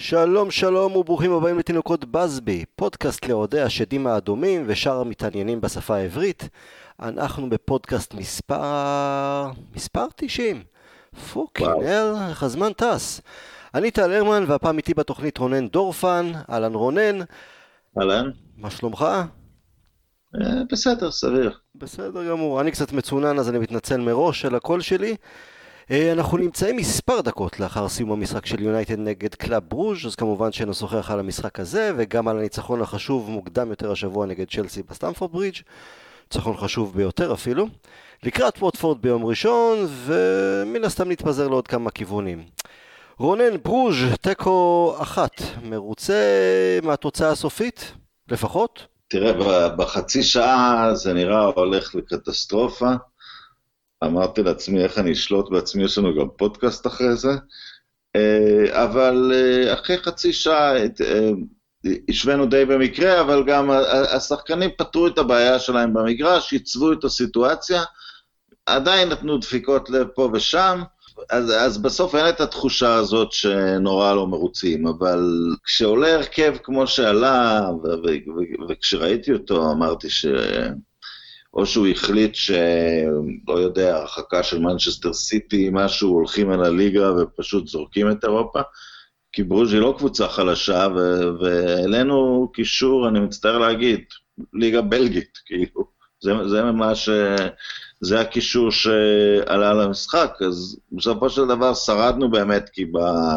שלום שלום וברוכים הבאים לתינוקות בסבי, פודקאסט לאוהדי השדים האדומים ושאר המתעניינים בשפה העברית. אנחנו בפודקאסט מספר 90. פוקינל, איך הזמן טס. אני טל הרמן והפעם איתי בתוכנית רונן דורפן. אהלן רונן. אהלן. מה שלומך? בסדר, סביר. בסדר גמור, אני קצת מצונן אז אני מתנצל מראש על הקול שלי. אנחנו נמצאים מספר דקות לאחר סיום המשחק של יונייטד נגד קלאב ברוז', אז כמובן שנשוחח על המשחק הזה וגם על הניצחון החשוב מוקדם יותר השבוע נגד צ'לסי בסטמפורד ברידג', ניצחון חשוב ביותר אפילו, לקראת ווטפורד ביום ראשון, ומן הסתם נתפזר לעוד כמה כיוונים. רונן, ברוז' תיקו 1, מרוצה מהתוצאה הסופית לפחות? תראה, בחצי שעה זה נראה הולך לקטסטרופה. אמרתי לעצמי איך אני אשלוט בעצמי, יש לנו גם פודקאסט אחרי זה, אבל אחרי חצי שעה השווינו די במקרה, אבל גם השחקנים פתרו את הבעיה שלהם במגרש, ייצבו את הסיטואציה, עדיין נתנו דפיקות לב פה ושם, אז בסוף אין את התחושה הזאת שנורא לא מרוצים, אבל כשעולה הרכב כמו שעלה, וכשראיתי אותו אמרתי או שהוא החליט שלא יודע, הרחקה של מנצ'סטר סיטי, משהו, הולכים על הליגה ופשוט זורקים את אירופה, כי ברוז' היא לא קבוצה חלשה, ואלינו קישור, אני מצטער להגיד, ליגה בלגית, כאילו, זה ממש, זה הקישור שעלה למשחק, אז בסופו של דבר שרדנו באמת, כי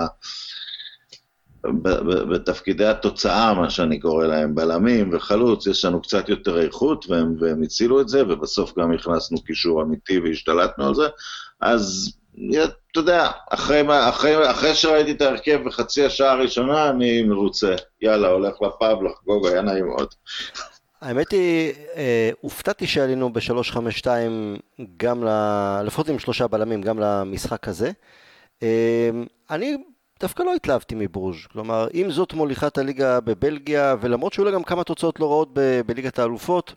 בתפקידי התוצאה, מה שאני קורא להם, בלמים וחלוץ, יש לנו קצת יותר איכות, והם הצילו את זה, ובסוף גם הכנסנו קישור אמיתי והשתלטנו על זה, אז אתה יודע, אחרי שראיתי את ההרכב בחצי השעה הראשונה, אני מרוצה, יאללה, הולך לפאב, לחגוג, היה נעים מאוד. האמת היא, הופתעתי שעלינו ב-352 גם, לפחות עם 3 בלמים, גם למשחק הזה. אני דווקא לא התלהבתי מברוז', כלומר, אם זאת מוליכת הליגה בבלגיה, ולמרות שהיו לה גם כמה תוצאות לא רעות בליגת האלופות,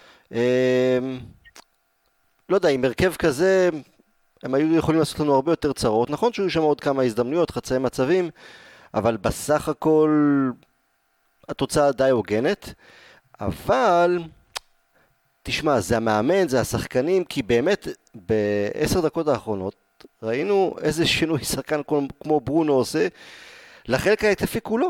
לא יודע, עם הרכב כזה, הם היו יכולים לעשות לנו הרבה יותר צרות. נכון שהיו שם עוד כמה הזדמנויות, חצאי מצבים, אבל בסך הכל התוצאה די הוגנת. אבל, תשמע, זה המאמן, זה השחקנים, כי באמת ב10 דקות האחרונות, ראינו איזה שינוי שחקן כמו ברונו עושה, לחלק ההתקפי כולו.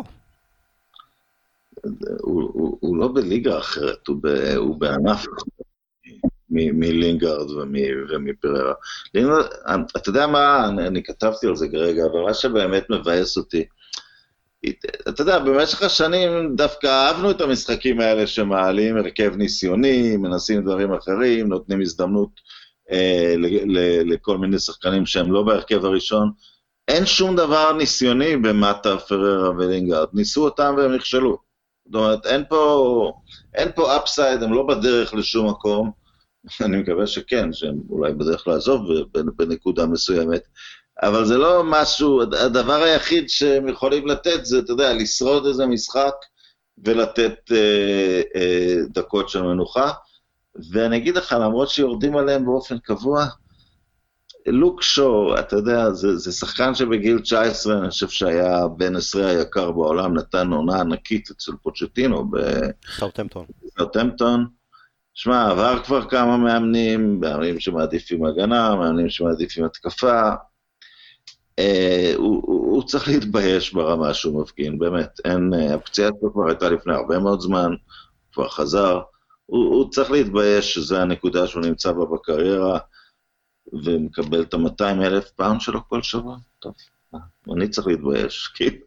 הוא לא בליגה אחרת, הוא בענף מלינגארד ומפררה. אתה יודע מה, אני כתבתי על זה כרגע, אבל מה שבאמת מבאס אותי, אתה יודע, במשך השנים דווקא אהבנו את המשחקים האלה שמעלים הרכב ניסיוני, מנסים דברים אחרים, נותנים הזדמנות לכל מיני שחקנים שהם לא בהרכב הראשון. אין שום דבר ניסיוני במטה, פררה ולינגארד, ניסו אותם והם נכשלו. זאת אומרת, אין פה אפסייד, הם לא בדרך לשום מקום, אני מקווה שכן, שהם אולי בדרך לעזוב בנקודה מסוימת, אבל זה לא משהו, הדבר היחיד שהם יכולים לתת זה, אתה יודע, לשרוד איזה משחק ולתת דקות של מנוחה, ואני אגיד לך, למרות שיורדים עליהם באופן קבוע, לוק שו, אתה יודע, זה שחקן שבגיל 19, אני חושב שהיה בן 10 היקר בעולם, נתן עונה ענקית אצל פוצ'טינו בסאות'המפטון. שמע, עבר כבר כמה מאמנים שמעדיפים הגנה, מאמנים שמעדיפים התקפה, הוא צריך להתבייש ברמה שהוא מפגין, באמת, הפציעה כבר הייתה לפני הרבה מאוד זמן, כבר חזר, הוא צריך להתבייש שזה הנקודה שהוא נמצא בה בקריירה, ומקבל את ה-200,000 פאונד שלו כל שבוע. טוב, אני צריך להתבייש, כאילו.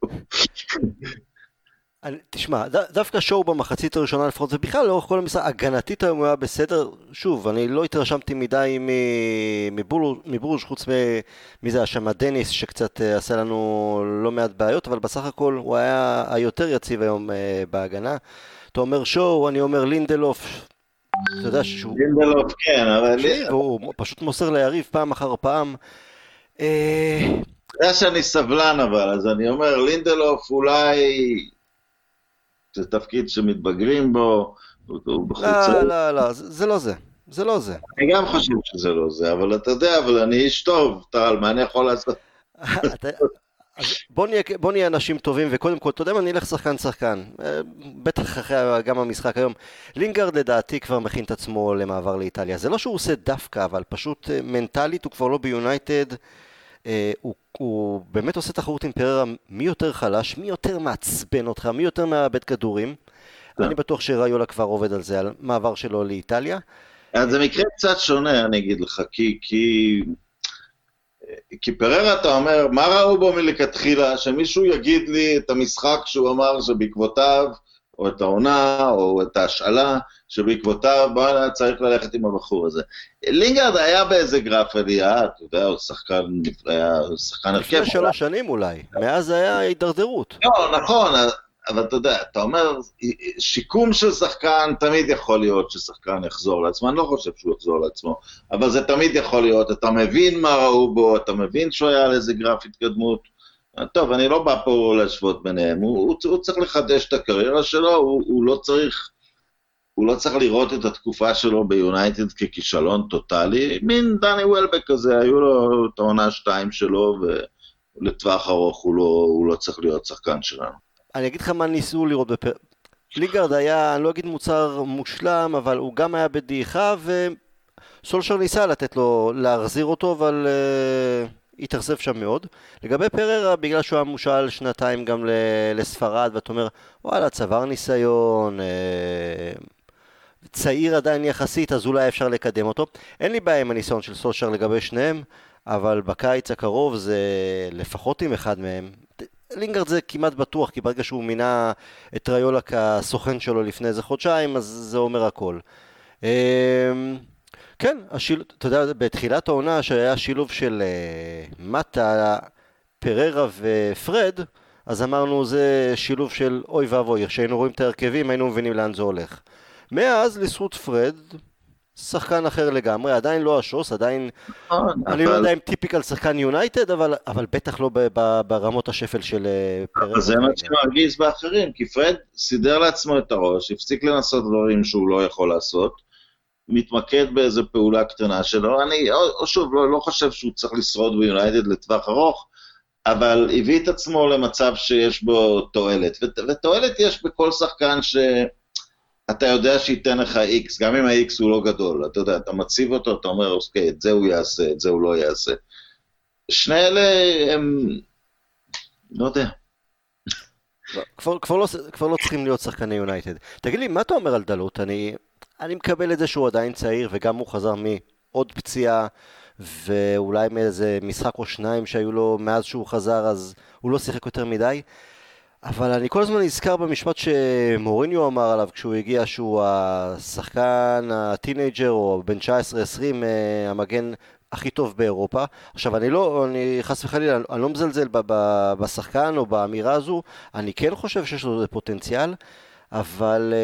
תשמע, דווקא שואו במחצית הראשונה לפחות, ובכלל לאורך כל המשחק, הגנתית היום היה בסדר, שוב, אני לא התרשמתי מדי מברוז' חוץ מזה השמה דניס, שקצת עשה לנו לא מעט בעיות, אבל בסך הכל הוא היה היותר יציב היום בהגנה. אתה אומר שואו, אני אומר לינדלוף, אתה יודע שהוא... לינדלוף, כן, אבל... הוא פשוט מוסר ליריב פעם אחר פעם. אתה יודע שאני סבלן אבל, אז אני אומר, לינדלוף אולי... זה תפקיד שמתבגרים בו, הוא בחוצה. לא, זה לא זה. זה לא זה. אני גם חושב שזה לא זה, אבל אתה יודע, אבל אני איש טוב, טל, מה אני יכול לעשות? אז בוא נהיה אנשים טובים, וקודם כל, אתה יודע מה, נלך שחקן. בטח אחרי גם המשחק היום. לינגארד לדעתי כבר מכין את עצמו למעבר לאיטליה. זה לא שהוא עושה דווקא, אבל פשוט מנטלית הוא כבר לא ביונייטד. הוא באמת עושה תחרות עם פררה, מי יותר חלש, מי יותר מעצבן אותך, מי יותר מאבד כדורים. אני בטוח שראיולה כבר עובד על זה, על מעבר שלו לאיטליה. אז זה מקרה קצת שונה, אני אגיד לך, כי פררה אתה אומר, מה ראו בו מלכתחילה? שמישהו יגיד לי את המשחק שהוא אמר שבעקבותיו, או את העונה, או את ההשאלה, שבעקבותיו בוא צריך ללכת עם הבחור הזה. לינגארד היה באיזה גרף עלייה, אתה יודע, הוא שחקן הרכב. לפני 3 שנים אולי, מאז היה הידרדרות. לא, נכון, אבל אתה יודע, אתה אומר, שיקום של שחקן תמיד יכול להיות ששחקן יחזור לעצמו, אני לא חושב שהוא יחזור לעצמו, אבל זה תמיד יכול להיות, אתה מבין מה ראו בו, אתה מבין שהוא היה על איזה גרף התקדמות, טוב, אני לא בא פה להשוות ביניהם, הוא צריך לחדש את הקריירה שלו, הוא לא צריך לראות את התקופה שלו ביונייטד ככישלון טוטלי, מין דני וולבק כזה, היו לו את העונה 2 שלו, ולטווח ארוך הוא לא צריך להיות שחקן שלנו. אני אגיד לך מה ניסו לראות לינגארד היה, אני לא אגיד מוצר מושלם, אבל הוא גם היה בדעיכה, וסולשר ניסה לתת לו, להחזיר אותו, אבל התאכזב שם מאוד. לגבי פררה, בגלל שהוא היה מושל 2 גם לספרד, ואתה אומר, וואלה, צבר ניסיון, צעיר עדיין יחסית, אז אולי אפשר לקדם אותו. אין לי בעיה עם הניסיון של סולשר לגבי שניהם, אבל בקיץ הקרוב זה לפחות עם אחד מהם. לינגארד זה כמעט בטוח, כי ברגע שהוא מינה את ראיולה כסוכן שלו לפני איזה חודשיים, אז זה אומר הכל. כן, אתה יודע, בתחילת העונה שהיה שילוב של מטה, פררה ופרד, אז אמרנו זה שילוב של אוי ואבוי, כשהיינו רואים את ההרכבים היינו מבינים לאן זה הולך. מאז לזכות פרד, שחקן אחר לגמרי, עדיין לא השוס, עדיין, אני לא יודע אם טיפיקל שחקן יונייטד, אבל בטח לא ברמות השפל של פררה. אבל זה מה שמרגיז באחרים, כי פרד סידר לעצמו את הראש, הפסיק לנסות דברים שהוא לא יכול לעשות, מתמקד באיזו פעולה קטנה שלו, אני שוב לא חושב שהוא צריך לשרוד ביונייטד לטווח ארוך, אבל הביא את עצמו למצב שיש בו תועלת, ותועלת יש בכל שחקן אתה יודע שייתן לך X, גם אם ה-X הוא לא גדול, אתה יודע, אתה מציב אותו, אתה אומר, אוקיי, את זה הוא יעשה, את זה הוא לא יעשה. שני אלה הם, לא יודע. כבר לא צריכים להיות שחקני יונייטד. תגיד לי, מה אתה אומר על דלות? אני מקבל את זה שהוא עדיין צעיר, וגם הוא חזר מעוד פציעה, ואולי מאיזה משחק או 2 שהיו לו מאז שהוא חזר, אז הוא לא שיחק יותר מדי. אבל אני כל הזמן נזכר במשפט שמוריניו אמר עליו כשהוא הגיע, שהוא השחקן, הטינג'ר או בן 19-20, המגן הכי טוב באירופה. עכשיו אני חס וחלילה, אני לא מזלזל בשחקן או באמירה הזו, אני כן חושב שיש לו פוטנציאל, אבל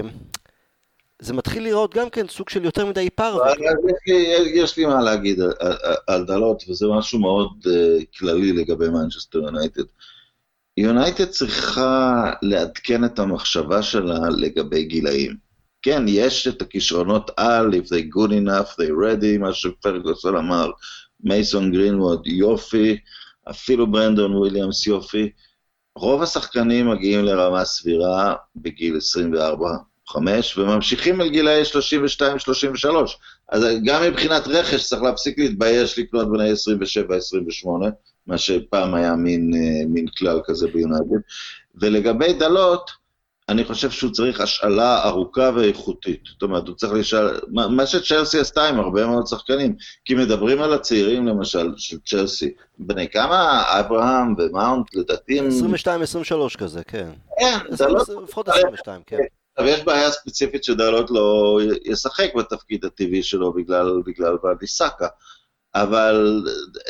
זה מתחיל לראות גם כן סוג של יותר מדי פער. יש לי מה להגיד על דלות, וזה משהו מאוד כללי לגבי מנצ'סטר יונייטד. יונייטד צריכה לעדכן את המחשבה שלה לגבי גילאים. כן, יש את הכישרונות על, if they good enough, they ready, מה שפרגוסון אמר, מייסון גרינווד יופי, אפילו ברנדון וויליאמס יופי. רוב השחקנים מגיעים לרמה סבירה בגיל 24-5, וממשיכים אל גילאי 32-33. אז גם מבחינת רכש צריך להפסיק להתבייש לקנות בני 27-28, מה שפעם היה מין כלל כזה ביונייטד. ולגבי דלות, אני חושב שהוא צריך השאלה ארוכה ואיכותית. זאת אומרת, הוא צריך לשאל, מה שצ'לסי עשתה עם הרבה מאוד שחקנים, כי מדברים על הצעירים למשל של צ'לסי, בני כמה, אברהם ומאונט, לדעתי... 22-23 כזה, כן. כן, דלות... לפחות 22, כן. אבל יש בעיה ספציפית שדלות לא ישחק בתפקיד הטבעי שלו בגלל ואדיסקה. אבל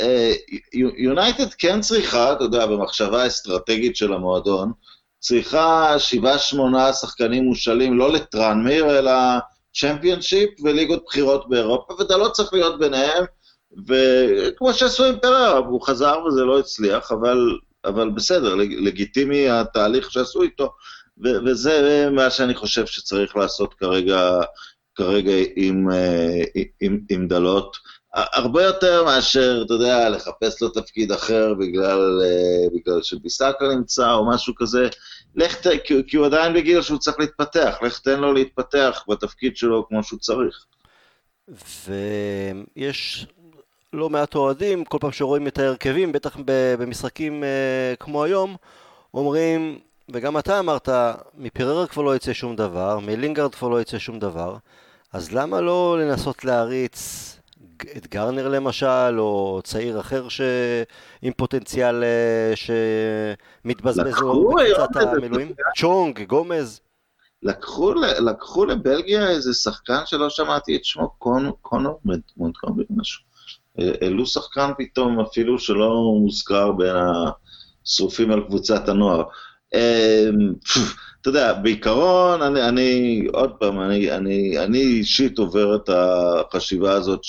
יונייטד כן צריכה, אתה יודע, במחשבה האסטרטגית של המועדון, צריכה 7-8 שחקנים מושלים, לא לטרנמיר, אלא צ'מפיונשיפ וליגות בחירות באירופה, ואתה לא צריך להיות ביניהם, וכמו שעשו עם פררה, הוא חזר וזה לא הצליח, אבל בסדר, לגיטימי התהליך שעשו איתו, וזה מה שאני חושב שצריך לעשות כרגע עם דלות. הרבה יותר מאשר, אתה יודע, לחפש לו תפקיד אחר בגלל שביסאקה נמצא או משהו כזה. כי הוא עדיין בגיל שהוא צריך להתפתח, לך תן לו להתפתח בתפקיד שלו כמו שהוא צריך. ויש לא מעט אוהדים, כל פעם שרואים את ההרכבים, בטח במשחקים כמו היום, אומרים, וגם אתה אמרת, מפיררה כבר לא יצא שום דבר, מלינגארד כבר לא יצא שום דבר, אז למה לא לנסות להריץ את גרנר למשל, או צעיר אחר עם פוטנציאל שמתבזבז לו בקצת המילואים? צ'ונג, גומז? לקחו לבלגיה איזה שחקן שלא שמעתי את שמו, קונור מונטגומרי משהו. העלו שחקן פתאום אפילו שלא מוזכר בין השרופים על קבוצת הנוער. אתה יודע, בעיקרון, עוד פעם, אני אישית עובר את החשיבה הזאת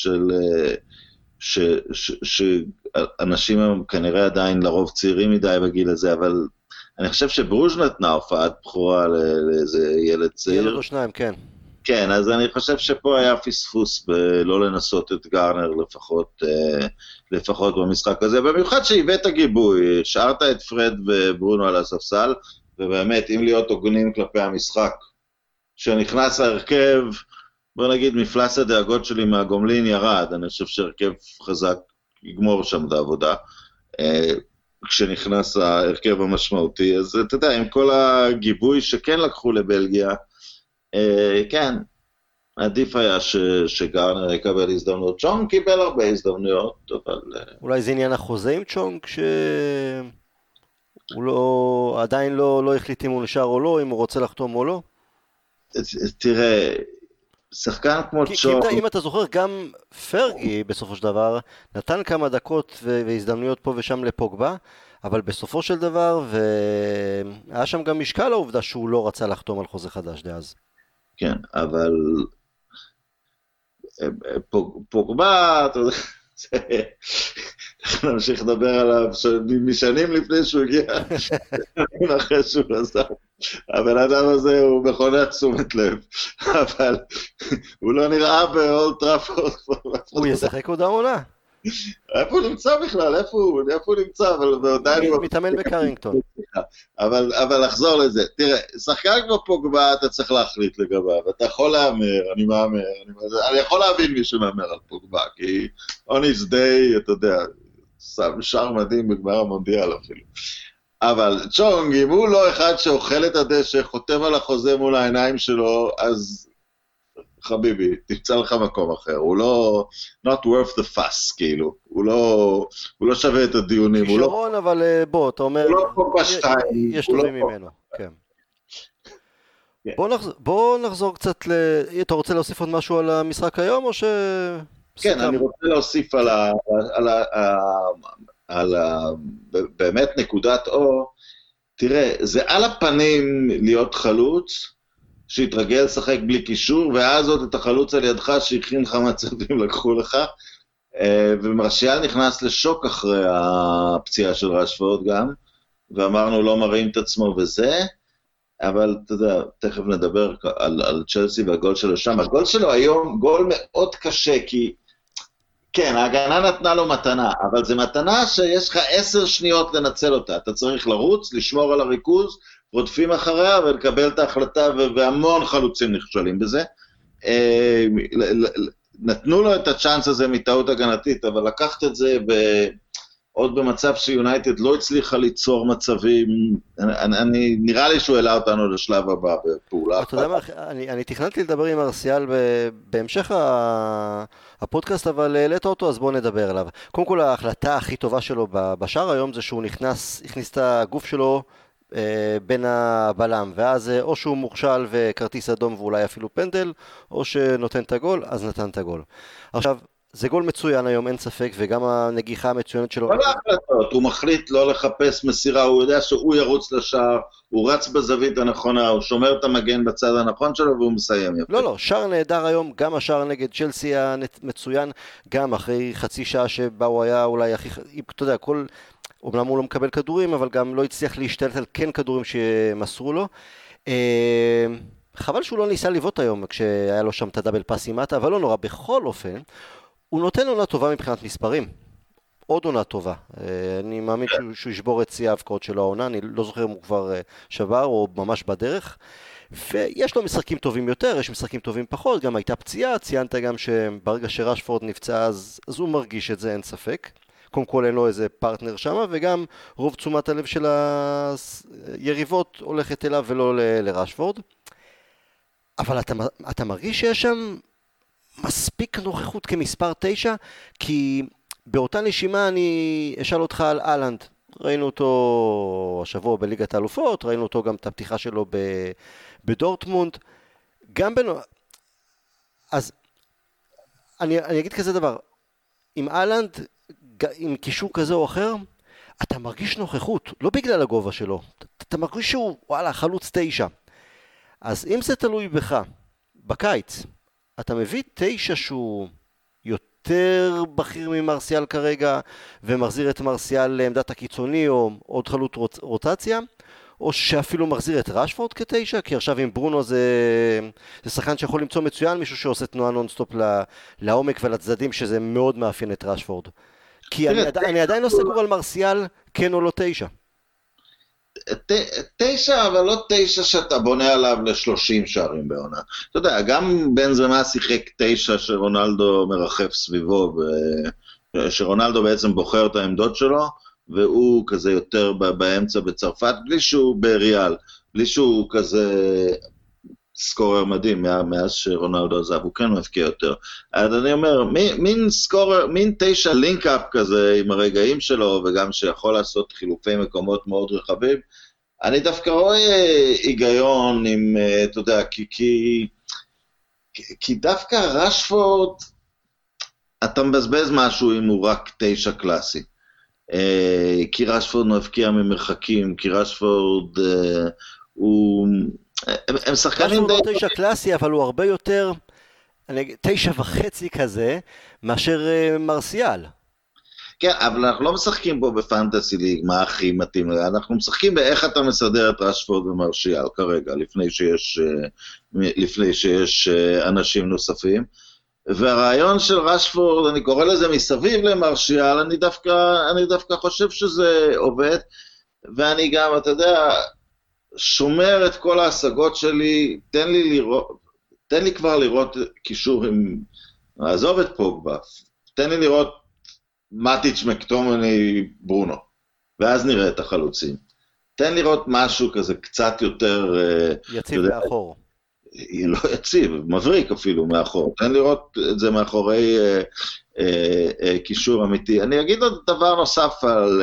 שאנשים הם כנראה עדיין לרוב צעירים מדי בגיל הזה, אבל אני חושב שברוז' נתנה הופעת בחורה לאיזה ילד צעיר. ילד או שניים, כן. כן, אז אני חושב שפה היה פספוס בלא לנסות את גרנר לפחות במשחק הזה, במיוחד שהבאת גיבוי, שרת את פרד וברונו על הספסל, ובאמת, אם להיות הוגנים כלפי המשחק, שנכנס ההרכב, בוא נגיד, מפלס הדאגות שלי מהגומלין ירד, אני חושב שהרכב חזק יגמור שם את העבודה, כשנכנס ההרכב המשמעותי, אז אתה יודע, עם כל הגיבוי שכן לקחו לבלגיה, כן, עדיף היה שגרנר יקבל הזדמנות. צ'ונג קיבל הרבה הזדמנויות, אבל... אולי זה עניין החוזה עם צ'ונג, הוא לא, עדיין לא החליט אם הוא נשאר או לא, אם הוא רוצה לחתום או לא? תראה, שחקן כמו צ'ונג... אם אתה זוכר, גם פרגי בסופו של דבר נתן כמה דקות והזדמנויות פה ושם לפוגבה, אבל בסופו של דבר, והיה שם גם משקל העובדה שהוא לא רצה לחתום על חוזה חדש דאז. כן, אבל פוגבה, אתה יודע, נמשיך לדבר עליו משנים לפני שהוא הגיע, אחרי שהוא עזב. הבן אדם הזה הוא מכונן תשומת לב, אבל הוא לא נראה באולד טראפורד. הוא ישחק עוד העונה. איפה הוא נמצא בכלל? איפה הוא נמצא? הוא מתאמן בקרינגטון. אבל לחזור לזה. תראה, שחקן כמו פוגבה אתה צריך להחליט לגביו. אתה יכול להאמר, אני מאמר. אני יכול להבין מי שמאמר על פוגבה, כי on his day, אתה יודע, שער מדהים בגמר המונדיאל אפילו. אבל צ'ונג, אם הוא לא אחד שאוכל את הדשא, חותם על החוזה מול העיניים שלו, אז... חביבי, תמצא לך מקום אחר, הוא לא, not worth the fuss, כאילו, הוא לא שווה את הדיונים, הוא לא... כישרון, אבל בוא, אתה אומר, הוא לא פה בשתיים, יש טובים ממנו, כן. בוא נחזור קצת אתה רוצה להוסיף עוד משהו על המשחק היום, או ש... כן, אני רוצה להוסיף על באמת נקודת אור, תראה, זה על הפנים להיות חלוץ, שהתרגל לשחק בלי קישור, ואז עוד את החלוץ על ידך שהכין לך מצבים לקחו לך, ומרשיאל נכנס לשוק אחרי הפציעה של רשפורד גם, ואמרנו לא מראים את עצמו וזה, אבל אתה יודע, תכף נדבר על צ'לסי והגול שלו שם. הגול שלו היום גול מאוד קשה, כי כן, ההגנה נתנה לו מתנה, אבל זו מתנה שיש לך 10 שניות לנצל אותה, אתה צריך לרוץ, לשמור על הריכוז, רודפים אחריה ולקבל את ההחלטה, והמון חלוצים נכשלים בזה. נתנו לו את הצ'אנס הזה מטעות הגנתית, אבל לקחת את זה עוד במצב שיונייטד לא הצליחה ליצור מצבים, נראה לי שהוא העלה אותנו לשלב הבא בפעולה. אתה יודע מה, אני תכננתי לדבר עם ארסיאל בהמשך הפודקאסט, אבל העלית אותו, אז בואו נדבר עליו. קודם כל, ההחלטה הכי טובה שלו בשער היום זה שהוא הכניס את הגוף שלו בין הבלם, ואז או שהוא מוכשל וכרטיס אדום ואולי אפילו פנדל, או שנותן את הגול, אז נתן את הגול. עכשיו, זה גול מצוין היום, אין ספק, וגם הנגיחה המצוינת שלו... כל ההחלטות, הוא מחליט לא לחפש מסירה, הוא יודע שהוא ירוץ לשער, הוא רץ בזווית הנכונה, הוא שומר את המגן בצד הנכון שלו, והוא מסיים יפה. לא, שער נהדר היום, גם השער נגד צ'לסי המצוין, גם אחרי חצי שעה שבה הוא היה אולי הכי... אתה יודע, אומנם הוא לא מקבל כדורים, אבל גם לא הצליח להשתלט על כן כדורים שמסרו לו. חבל שהוא לא ניסה לבעוט היום, כשהיה לו שם את הדאבל פאס עם מטה, אבל לא נורא, בכל אופן, הוא נותן עונה טובה מבחינת מספרים. עוד עונה טובה. אני מאמין שהוא ישבור את שיא ההבקעות שלו העונה, אני לא זוכר אם הוא כבר שבר או ממש בדרך. ויש לו משחקים טובים יותר, יש משחקים טובים פחות, גם הייתה פציעה, ציינת גם שברגע שרשפורד נפצע אז הוא מרגיש את זה, אין ספק. קודם כל אין לו איזה פרטנר שם, וגם רוב תשומת הלב של היריבות הולכת אליו ולא לרשפורד. אבל אתה מרגיש שיש שם מספיק נוכחות כמספר 9, כי באותה נשימה אני אשאל אותך על אהלנד. ראינו אותו השבוע בליגת האלופות, ראינו אותו גם את הפתיחה שלו בדורטמונד. גם אז אני אגיד כזה דבר, עם אהלנד, עם קישור כזה או אחר, אתה מרגיש נוכחות, לא בגלל הגובה שלו, אתה מרגיש שהוא, וואלה, חלוץ 9. אז אם זה תלוי בך, בקיץ, אתה מביא 9 שהוא יותר בכיר ממרסיאל כרגע, ומחזיר את מרסיאל לעמדת הקיצוני, או עוד חלוץ רוטציה, או שאפילו מחזיר את רשפורד כ9, כי עכשיו עם ברונו זה שחקן שיכול למצוא מצוין, מישהו שעושה תנועה נונסטופ לעומק ולצדדים, שזה מאוד מאפיין את רשפורד. כי אני עדיין לא סגור על מרסיאל, כן או לא 9. 9, אבל לא 9 שאתה בונה עליו ל30 שערים בעונה. אתה יודע, גם בנזמה שיחק 9 שרונלדו מרחף סביבו, שרונלדו בעצם בוחר את העמדות שלו, והוא כזה יותר באמצע בצרפת, בלי שהוא בריאל, בלי שהוא כזה סקורר מדהים, מאז שרונלדו עזב, הוא כן מבקיע יותר. אז אני אומר, מין סקורר, מין 9 לינק-אפ כזה עם הרגעים שלו, וגם שיכול לעשות חילופי מקומות מאוד רחבים, אני דווקא רואה היגיון עם, אתה יודע, כי דווקא רשפורד, אתה מבזבז משהו אם הוא רק 9 קלאסי. כי רשפורד מבקיע ממרחקים, כי רשפורד הוא... הם שחקנים די... רשפורד 9 קלאסי, אבל הוא הרבה יותר 9.5 כזה, מאשר מרסיאל. כן, אבל אנחנו לא משחקים פה בפנטסי ליג, מה הכי מתאים, אנחנו משחקים באיך אתה מסדר את רשפורד ומרסיאל כרגע, לפני שיש אנשים נוספים. והרעיון של רשפורד, אני קורא לזה מסביב למרסיאל, אני דווקא חושב שזה עובד, ואני גם, אתה יודע, שומר את כל ההשגות שלי, תן לי כבר לראות קישור עם, עזוב את פוגבה, תן לי לראות מטיץ' מקטומני ברונו, ואז נראה את החלוצים. תן לי לראות משהו כזה קצת יותר... יציב מאחור. לא יציב, מבריק אפילו מאחור. תן לראות את זה מאחורי קישור אמיתי. אני אגיד עוד דבר נוסף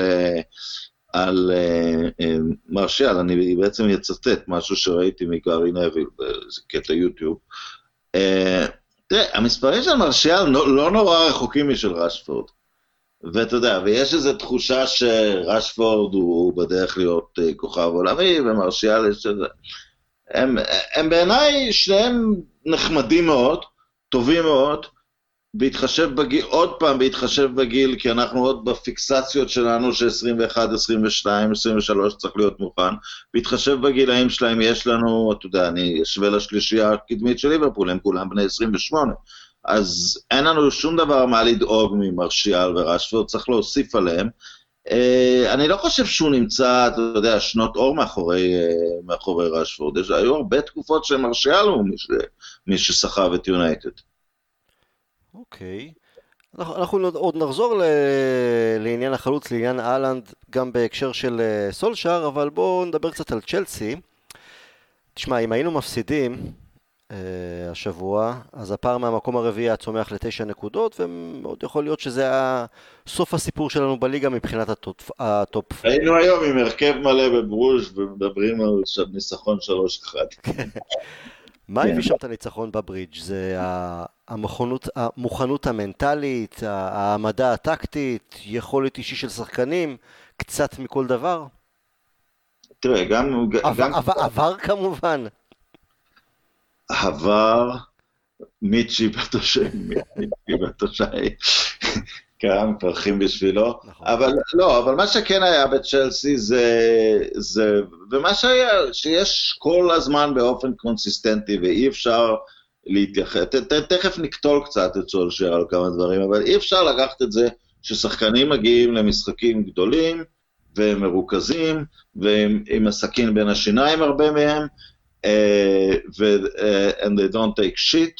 על מרסיאל, אני בעצם אצטט משהו שראיתי מגארי נביל, זה קטע יוטיוב. תראה, המספרים של מרסיאל לא נורא רחוקים משל רשפורד. ואתה יודע, ויש איזו תחושה שרשפורד הוא בדרך להיות כוכב עולמי, ומרסיאל יש איזה... הם בעיניי שניהם נחמדים מאוד, טובים מאוד, בהתחשב בגיל, עוד פעם בהתחשב בגיל, כי אנחנו עוד בפיקסציות שלנו ש-21, 22, 23 צריך להיות מוכן, בהתחשב בגילאים שלהם יש לנו, אתה יודע, אני אשווה לשלישייה הקדמית של ליברפול, הם כולם בני 28, אז אין לנו שום דבר מה לדאוג ממרסיאל ורשפורד, צריך להוסיף עליהם, אני לא חושב שהוא נמצא, אתה יודע, שנות אור מאחורי רשפורד, היו הרבה תקופות שמרסיאל הוא מי שסחב את יונייטד. אוקיי, אנחנו עוד נחזור לעניין החלוץ, לעניין אהלנד, גם בהקשר של סולשר, אבל בואו נדבר קצת על צ'לסי. תשמע, אם היינו מפסידים השבוע, אז הפער מהמקום הרביעי הצומח ל9 נקודות, ומאוד יכול להיות שזה סוף הסיפור שלנו בליגה מבחינת הטופ. היינו היום עם הרכב מלא בברוז' ומדברים על ניצחון 3-1. מה הביא שם את הניצחון בברידג'? זה המוכנות המנטלית, העמדה הטקטית, יכולת אישי של שחקנים, קצת מכל דבר? תראה, גם... עבר כמובן. עבר, מיצ'י בטושי, כמה מפרחים בשבילו, אבל מה שכן היה בצ'לסי זה, ומה שהיה, שיש כל הזמן באופן קונסיסטנטי, ואי אפשר להתייחס, תכף נקטול קצת את סולשר על כמה דברים, אבל אי אפשר לקחת את זה ששחקנים מגיעים למשחקים גדולים, והם מרוכזים, ועם הסכין בין השיניים הרבה מהם, and they don't take shit,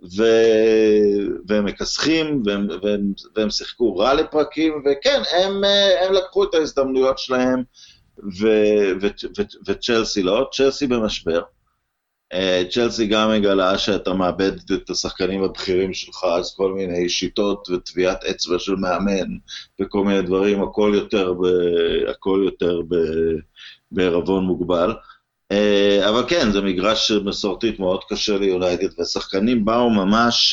והם מכסחים, והם שיחקו רע לפרקים, וכן, הם לקחו את ההזדמנויות שלהם, וצ'לסי לא, צ'לסי במשבר, צ'לסי גם מגלה שאתה מאבד את השחקנים הבכירים שלך, אז כל מיני שיטות וטביעת אצבע של מאמן, וכל מיני דברים, הכל יותר בערבון מוגבל, אבל כן, זה מגרש מסורתית מאוד קשה ליונייטד, והשחקנים באו ממש,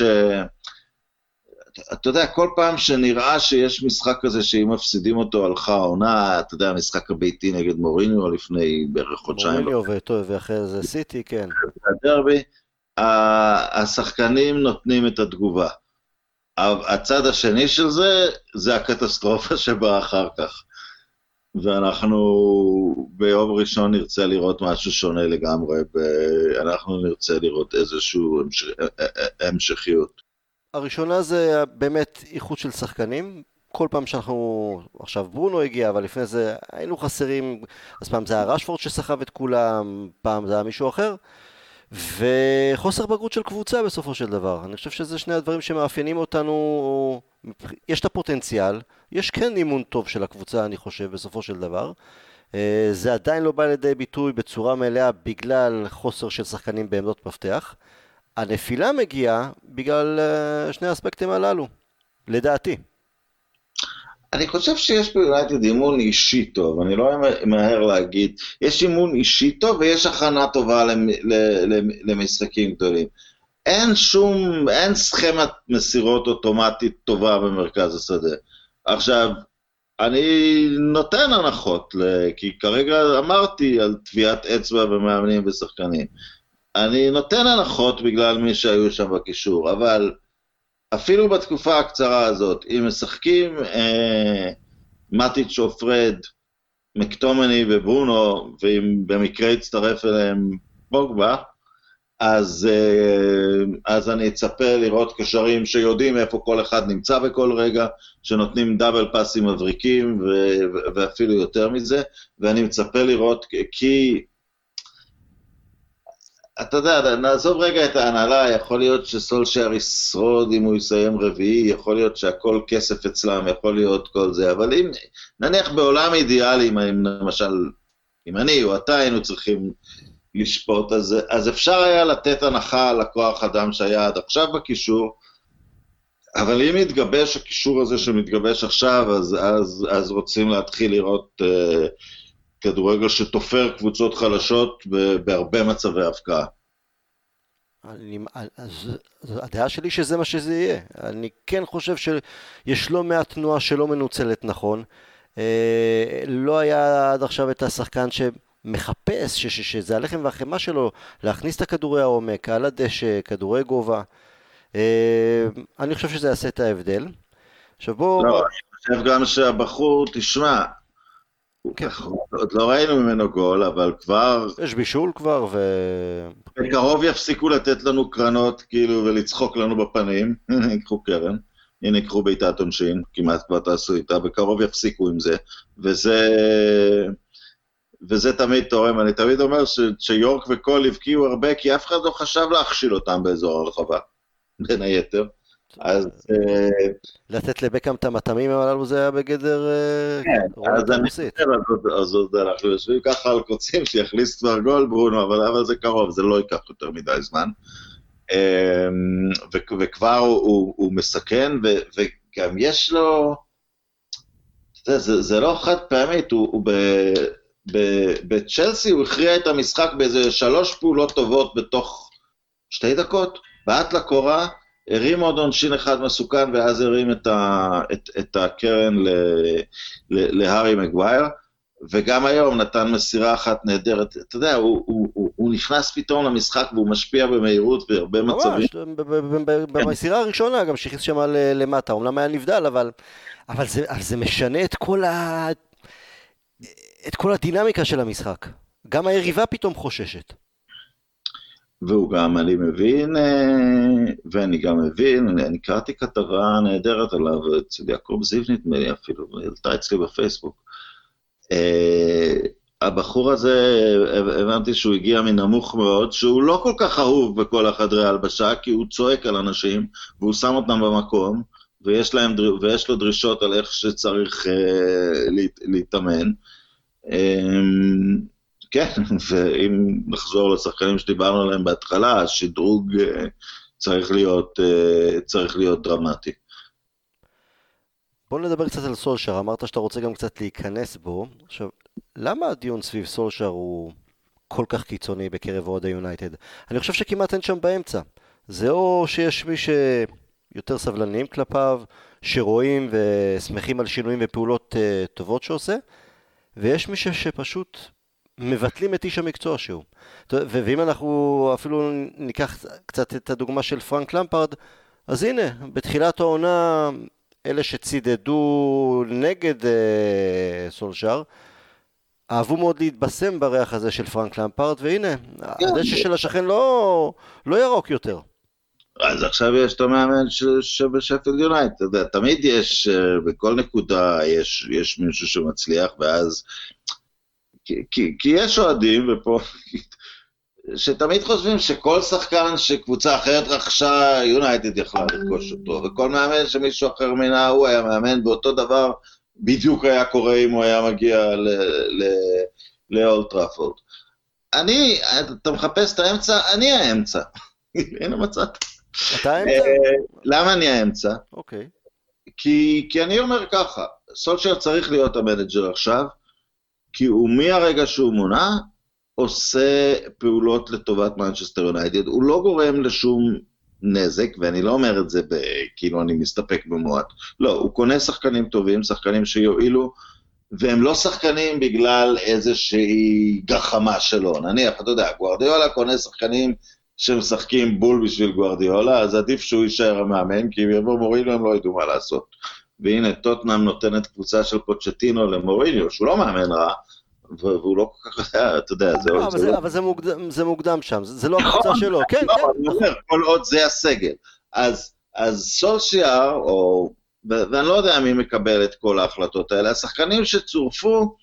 אתה יודע, כל פעם שנראה שיש משחק כזה, שאם מפסידים אותו הלכה העונה, אתה יודע, המשחק הביתי נגד מוריניו לפני בערך חודשיים. מוריניו ואחרי זה סיטי, כן. הדרבי, השחקנים נותנים את התגובה. הצד השני של זה, זה הקטסטרופה שבאה אחר כך. ואנחנו ביום ראשון נרצה לראות משהו שונה לגמרי, ואנחנו נרצה לראות איזשהו המשכיות. הראשונה זה באמת איכות של שחקנים, כל פעם שאנחנו, עכשיו ברונו הגיע, אבל לפני זה היינו חסרים, אז פעם זה היה רשפורד שסחב את כולם, פעם זה היה מישהו אחר, וחוסר בגרות של קבוצה בסופו של דבר. אני חושב שזה שני הדברים שמאפיינים אותנו, יש את הפוטנציאל, יש כן אימון טוב של הקבוצה, אני חושב, בסופו של דבר, זה עדיין לא בא לידי ביטוי בצורה מלאה בגלל חוסר של שחקנים בעמדות מפתח, הנפילה מגיעה בגלל שני האספקטים הללו, לדעתי. אני חושב שיש ביונייטד אימון אישי טוב, אני לא מהר להגיד, יש אימון אישי טוב ויש הכנה טובה למשחקים גדולים. אין סכמת מסירות אוטומטית טובה במרכז השדה. עכשיו, אני נותן הנחות, כי כרגע אמרתי על טביעת אצבע ומאמנים ושחקנים. אני נותן הנחות בגלל מי שהיו שם בקישור, אבל אפילו בתקופה הקצרה הזאת, אם משחקים מטיץ' או פרד, מקטומני וברונו, ואם במקרה יצטרף אליהם פוגבה, אז אני אצפה לראות קשרים שיודעים איפה כל אחד נמצא בכל רגע, שנותנים דאבל פאסים מבריקים, ואפילו יותר מזה, ואני מצפה לראות, כי אתה יודע, נעזוב רגע את ההנהלה, יכול להיות שסולשייר ישרוד אם הוא יסיים רביעי, יכול להיות שהכל כסף אצלם, יכול להיות כל זה, אבל אם נניח בעולם אידיאלי, למשל, אם אני או אתה היינו צריכים לשפוט, אז אפשר היה לתת הנחה על הכוח אדם שהיה עד עכשיו בקישור, אבל אם יתגבש הקישור הזה שמתגבש עכשיו, אז רוצים להתחיל לראות כדורגל שתופר קבוצות חלשות בהרבה מצבי הפקעה. הדעה שלי שזה מה שזה יהיה. אני כן חושב שיש לא מעט תנועה שלא מנוצלת נכון. לא היה עד עכשיו את השחקן שמחפש שזה הלחם והחמה שלו, להכניס את הכדורי העומק, על הדשא, כדורי גובה. אני חושב שזה יעשה את ההבדל. עכשיו בוא... לא, אני חושב גם שהבחור, תשמע, עוד לא ראינו ממנו גול, אבל כבר... יש בישול כבר, בקרוב יפסיקו לתת לנו קרנות, כאילו, ולצחוק לנו בפנים, יקחו קרן, הנה יקחו בעיטת עונשין, כמעט כבר תעשו איתה, בקרוב יפסיקו עם זה, וזה תמיד תורם, אני תמיד אומר שיורק וקול הבקיעו הרבה, כי אף אחד לא חשב להכשיל אותם באזור הרחבה, בין היתר. אז לתת לבקאם את המטעמים הללו זה היה בגדר אז אני חושב, אז אנחנו יושבים ככה על קוצים שיכניס כבר גול ברונו, אבל זה קרוב, זה לא ייקח יותר מדי זמן, וכבר הוא מסכן, וגם יש לו, זה לא חד פעמית, בצ'לסי הוא הכריע את המשחק באיזה 3 פעולות טובות בתוך 2 דקות, בעט לקורה, הרים עוד עונשין אחד מסוכן, ואז הרים את הקרן להרי מגווייר, וגם היום נתן מסירה אחת נהדרת. אתה יודע, הוא נכנס פתאום למשחק, והוא משפיע במהירות בהרבה מצבים. במסירה הראשונה, גם שהכניס שם למטה, אומנם היה נבדל, אבל זה משנה את כל הדינמיקה של המשחק. גם היריבה פתאום חוששת. והוא גם, אני מבין, ואני גם מבין, אני קראתי כתבה נהדרת עליו, אצל יעקב זיו נדמה לי אפילו, העלתה אצלי בפייסבוק. הבחור הזה, הבנתי שהוא הגיע מנמוך מאוד, שהוא לא כל כך אהוב בכל החדרי הלבשה, כי הוא צועק על אנשים, והוא שם אותם במקום, ויש לו דרישות על איך שצריך להתאמן. כן, ואם נחזור לשחקנים שדיברנו עליהם בהתחלה, השדרוג צריך להיות דרמטי. בוא נדבר קצת על סולשר, אמרת שאתה רוצה גם קצת להיכנס בו. עכשיו, למה הדיון סביב סולשר הוא כל כך קיצוני בקרב אוהדי יונייטד? אני חושב שכמעט אין שם באמצע. זה או שיש מי שיותר סבלניים כלפיו, שרואים ושמחים על שינויים ופעולות טובות שעושה, ויש מי שפשוט מבטלים את איש המקצוע שהוא. ואם אנחנו אפילו ניקח קצת את הדוגמה של פרנק למפרד, אז הנה, בתחילת העונה, אלה שצידדו נגד סולשר, אהבו מאוד להתבשם בריח הזה של פרנק למפרד, והנה, הדשא של השכן לא ירוק יותר. אז עכשיו יש את המאמן שבשפילד יונייטד, אתה יודע, תמיד יש, בכל נקודה יש מישהו שמצליח, ואז, כי יש אוהדים, ופה, שתמיד חושבים שכל שחקן שקבוצה אחרת רכשה, יונייטד יכלה לרכוש אותו, וכל מאמן שמישהו אחר מינה, הוא היה מאמן באותו דבר, בדיוק היה קורה אם הוא היה מגיע לאולד טראפורד. אתה מחפש את האמצע, אני האמצע. הנה מצאת. אתה האמצע? למה אני האמצע? אוקיי. כי אני אומר ככה, סולשר צריך להיות המנג'ר עכשיו, כי הוא מהרגע שהוא מונה, עושה פעולות לטובת מנצ'סטר יונייטד, הוא לא גורם לשום נזק, ואני לא אומר את זה כאילו אני מסתפק במועט, לא, הוא קונה שחקנים טובים, שחקנים שיועילו, והם לא שחקנים בגלל איזושהי גחמה שלו, נניח, אתה יודע, גוארדיולה קונה שחקנים שמשחקים בול בשביל גוארדיולה, אז עדיף שהוא יישאר המאמן, כי אם יבוא מוריניו הם לא ידעו מה לעשות, והנה טוטנהאם נותנת קבוצה של פוצ'טינו למוריניו, שהוא לא מאמן רע, והוא לא כל כך, אתה יודע, אבל זה מוקדם שם, זה לא הקבוצה שלו, כן, כן. כל עוד זה הסגל. אז סולשיאר, ואני לא יודע מי מקבל את כל ההחלטות האלה, השחקנים שצורפו,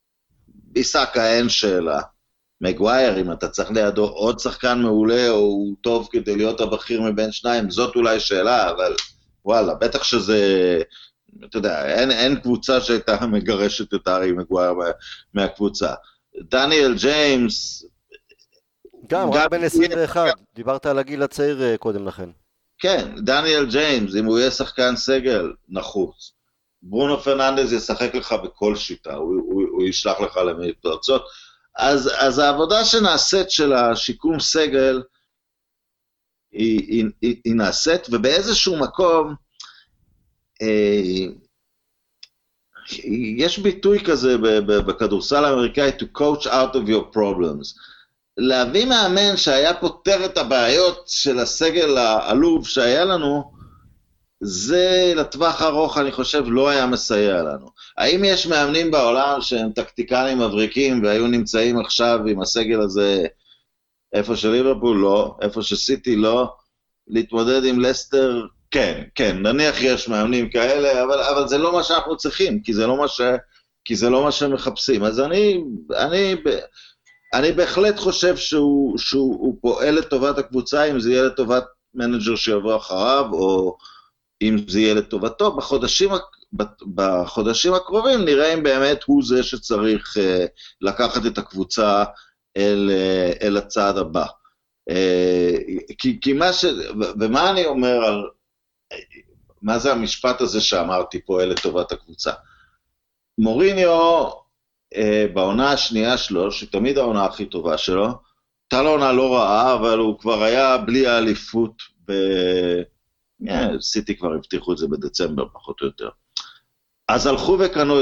ביסאקה אין שאלה. מגווייר, אם אתה צריך לידו עוד שחקן מעולה, או הוא טוב כדי להיות הבכיר מבין שניים, זאת אולי שאלה, אבל וואלה, בטח שזה... אתה יודע, אין קבוצה שהייתה מגרשת את הארי מגווייר מהקבוצה. דניאל ג'יימס... גם רק בן 21, דיברת על הגיל הצעיר קודם לכן. כן, דניאל ג'יימס, אם הוא יהיה שחקן סגל, נחוץ. ברונו פרננדז ישחק לך בכל שיטה, הוא ישלח לך למי פרצות. אז העבודה שנעשית של השיקום סגל, היא נעשית, ובאיזשהו מקום, יש ביטוי כזה בכדורסל האמריקאי, to coach out of your problems. להביא מאמן שהיה פותר את הבעיות של הסגל העלוב שהיה לנו, זה לטווח ארוך אני חושב לא היה מסייע לנו. האם יש מאמנים בעולם שהם טקטיקנים מבריקים והיו נמצאים עכשיו עם הסגל הזה איפה שליברפול לא, איפה שסיטי לא, להתמודד עם לסטר, כן, נניח יש מאמנים כאלה, אבל זה לא מה שאנחנו צריכים, כי זה לא מה שמחפשים. אז אני בהחלט חושב שהוא פועל לטובת הקבוצה, אם זה יהיה לטובת מנג'ר שיבוא אחריו, או אם זה יהיה לטובתו, בחודשים הקרובים נראה אם באמת הוא זה שצריך לקחת את הקבוצה אל הצעד הבא. כי ומה אני אומר על, מה זה המשפט הזה שאמרתי פועל לטובת הקבוצה? מוריניו, בעונה השנייה שלו, שתמיד העונה הכי טובה שלו, הייתה לו עונה לא רעה, אבל הוא כבר היה בלי האליפות, סיטי כבר הבטיחו את זה בדצמבר, פחות או יותר. אז הלכו וקנו